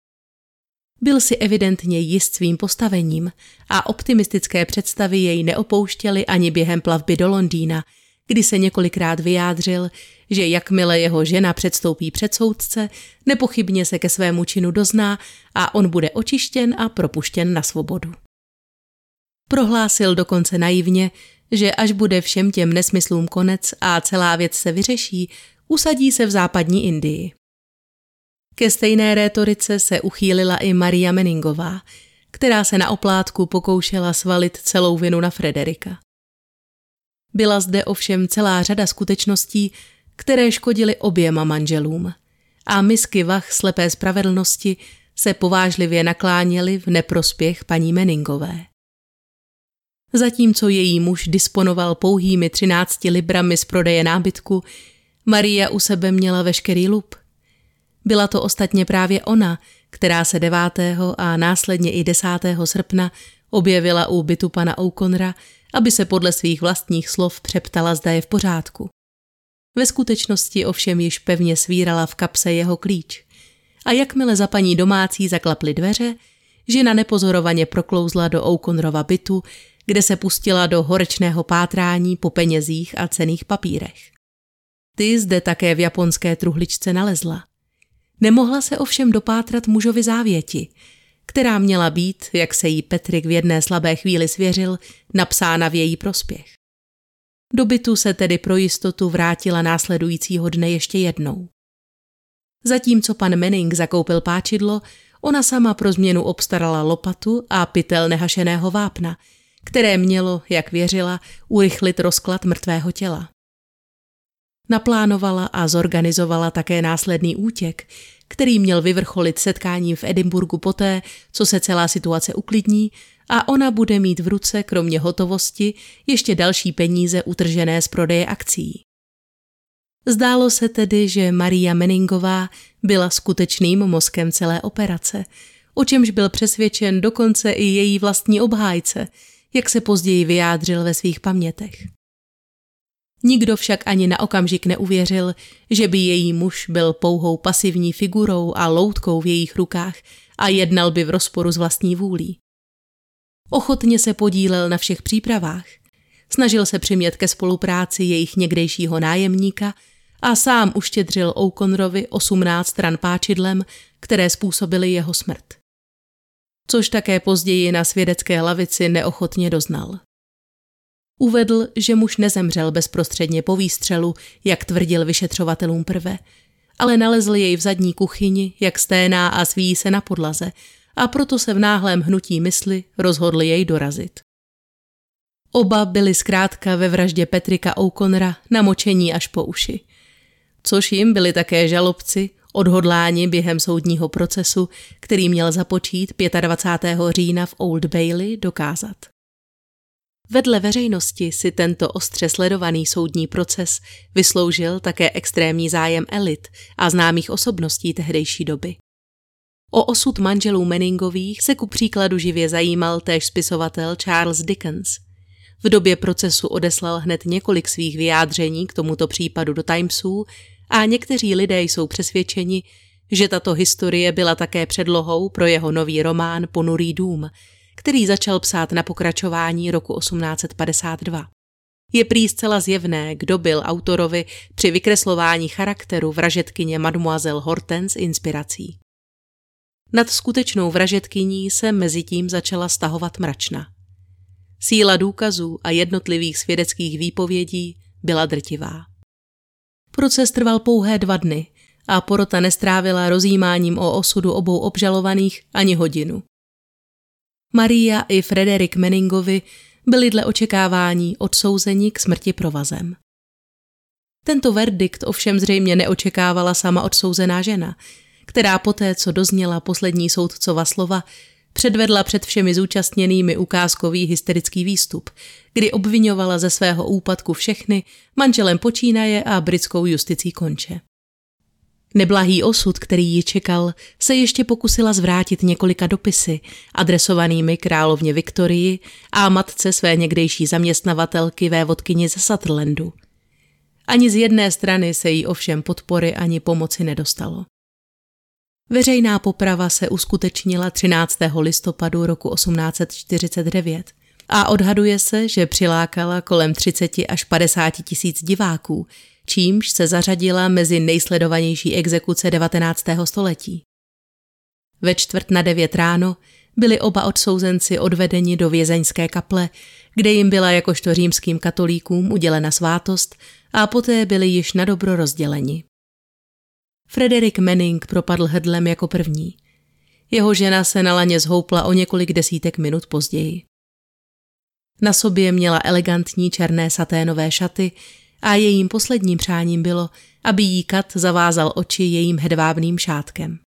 Byl si evidentně jist svým postavením a optimistické představy jej neopouštěly ani během plavby do Londýna, kdy se několikrát vyjádřil, že jakmile jeho žena předstoupí před soudce, nepochybně se ke svému činu dozná a on bude očištěn a propuštěn na svobodu. Prohlásil dokonce naivně, že až bude všem těm nesmyslům konec a celá věc se vyřeší, usadí se v západní Indii. Ke stejné rétorice se uchýlila i Maria Manningová, která se na oplátku pokoušela svalit celou vinu na Frederika. Byla zde ovšem celá řada skutečností, které škodily oběma manželům a misky vah slepé spravedlnosti se povážlivě nakláněly v neprospěch paní Manningové. Zatímco její muž disponoval pouhými 13 librami z prodeje nábytku, Maria u sebe měla veškerý lup. Byla to ostatně právě ona, která se 9. a následně i 10. srpna objevila u bytu pana O'Connora, aby se podle svých vlastních slov přeptala, zda je v pořádku. Ve skutečnosti ovšem již pevně svírala v kapse jeho klíč. A jakmile za paní domácí zaklaply dveře, žena nepozorovaně proklouzla do O'Connorova bytu, kde se pustila do horečného pátrání po penězích a cenných papírech. Ty zde také v japonské truhličce nalezla. Nemohla se ovšem dopátrat mužovi závěti, která měla být, jak se jí Patrick v jedné slabé chvíli svěřil, napsána v její prospěch. Do bytu se tedy pro jistotu vrátila následujícího dne ještě jednou. Zatímco pan Manning zakoupil páčidlo, ona sama pro změnu obstarala lopatu a pytel nehašeného vápna, které mělo, jak věřila, urychlit rozklad mrtvého těla. Naplánovala a zorganizovala také následný útěk, který měl vyvrcholit setkáním v Edinburghu poté, co se celá situace uklidní a ona bude mít v ruce kromě hotovosti ještě další peníze utržené z prodeje akcií. Zdálo se tedy, že Maria Manningová byla skutečným mozkem celé operace, o čemž byl přesvědčen dokonce i její vlastní obhájce, jak se později vyjádřil ve svých pamětech. Nikdo však ani na okamžik neuvěřil, že by její muž byl pouhou pasivní figurou a loutkou v jejich rukách a jednal by v rozporu s vlastní vůlí. Ochotně se podílel na všech přípravách, snažil se přimět ke spolupráci jejich někdejšího nájemníka a sám uštědřil O'Connorovi 18 ran páčidlem, které způsobily jeho smrt. Což také později na svědecké lavici neochotně doznal. Uvedl, že muž nezemřel bezprostředně po výstřelu, jak tvrdil vyšetřovatelům prve, ale nalezl jej v zadní kuchyni, jak sténá a svíjí se na podlaze, a proto se v náhlém hnutí mysli rozhodl jej dorazit. Oba byli zkrátka ve vraždě Patricka O'Connora namočení až po uši, což jim byli také žalobci odhodláni během soudního procesu, který měl započít 25. října v Old Bailey, dokázat. Vedle veřejnosti si tento ostře sledovaný soudní proces vysloužil také extrémní zájem elit a známých osobností tehdejší doby. O osud manželů Manningových se ku příkladu živě zajímal též spisovatel Charles Dickens. V době procesu odeslal hned několik svých vyjádření k tomuto případu do Timesů a někteří lidé jsou přesvědčeni, že tato historie byla také předlohou pro jeho nový román Ponurý dům, který začal psát na pokračování roku 1852. Je prý zcela zjevné, kdo byl autorovi při vykreslování charakteru vražedkyně Mademoiselle Hortense inspirací. Nad skutečnou vražedkyní se mezitím začala stahovat mračna. Síla důkazů a jednotlivých svědeckých výpovědí byla drtivá. Proces trval pouhé 2 dny a porota nestrávila rozjímáním o osudu obou obžalovaných ani hodinu. Maria i Frederick Manningovi byli dle očekávání odsouzeni k smrti provazem. Tento verdikt ovšem zřejmě neočekávala sama odsouzená žena, která poté, co dozněla poslední soudcova slova, předvedla před všemi zúčastněnými ukázkový hysterický výstup, kdy obvinovala ze svého úpadku všechny, manželem počínaje a britskou justicí konče. Neblahý osud, který ji čekal, se ještě pokusila zvrátit několika dopisy, adresovanými královně Viktorii a matce své někdejší zaměstnavatelky vévodkyni ze Sutherlandu. Ani z jedné strany se jí ovšem podpory ani pomoci nedostalo. Veřejná poprava se uskutečnila 13. listopadu roku 1849 a odhaduje se, že přilákala kolem 30 až 50 tisíc diváků, čímž se zařadila mezi nejsledovanější exekuce 19. století. Ve 8:45 ráno byli oba odsouzenci odvedeni do vězeňské kaple, kde jim byla jakožto římským katolíkům udělena svátost a poté byli již nadobro rozděleni. Frederick Manning propadl hrdlem jako první. Jeho žena se na laně zhoupla o několik desítek minut později. Na sobě měla elegantní černé saténové šaty a jejím posledním přáním bylo, aby jí kat zavázal oči jejím hedvábným šátkem.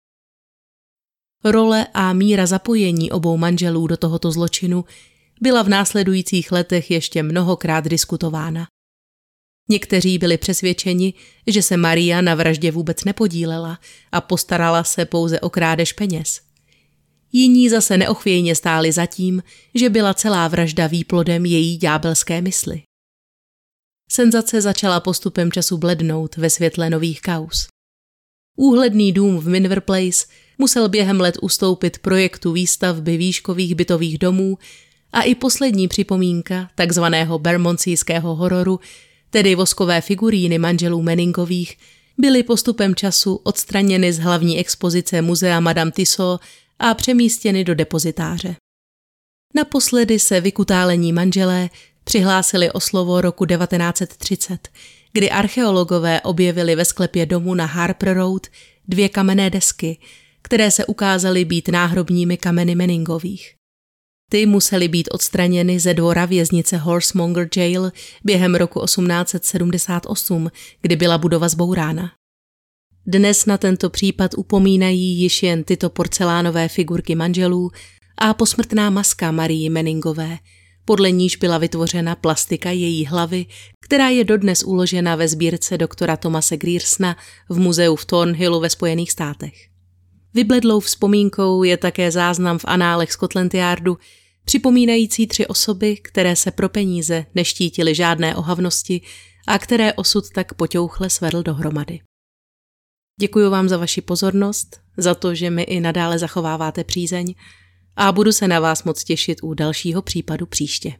Role a míra zapojení obou manželů do tohoto zločinu byla v následujících letech ještě mnohokrát diskutována. Někteří byli přesvědčeni, že se Maria na vraždě vůbec nepodílela a postarala se pouze o krádež peněz. Jiní zase neochvějně stáli za tím, že byla celá vražda výplodem její ďábelské mysli. Senzace začala postupem času blednout ve světle nových kauz. Úhledný dům v Minver Place musel během let ustoupit projektu výstavby výškových bytových domů a i poslední připomínka takzvaného bermondseyského hororu, tedy voskové figuríny manželů Manningových, byly postupem času odstraněny z hlavní expozice muzea Madame Tussauds a přemístěny do depozitáře. Naposledy se vykutálení manželé přihlásili o slovo roku 1930, kdy archeologové objevili ve sklepě domu na Harper Road 2 kamenné desky, které se ukázaly být náhrobními kameny Manningových. Ty musely být odstraněny ze dvora věznice Horsemonger Jail během roku 1878, kdy byla budova zbourána. Dnes na tento případ upomínají již jen tyto porcelánové figurky manželů a posmrtná maska Marie Manningové, podle níž byla vytvořena plastika její hlavy, která je dodnes uložena ve sbírce doktora Thomase Griersona v muzeu v Thornhillu ve Spojených státech. Vybledlou vzpomínkou je také záznam v análech Scotland Yardu, připomínající 3 osoby, které se pro peníze neštítily žádné ohavnosti a které osud tak poťouchle svedl dohromady. Děkuji vám za vaši pozornost, za to, že mi i nadále zachováváte přízeň a budu se na vás moc těšit u dalšího případu příště.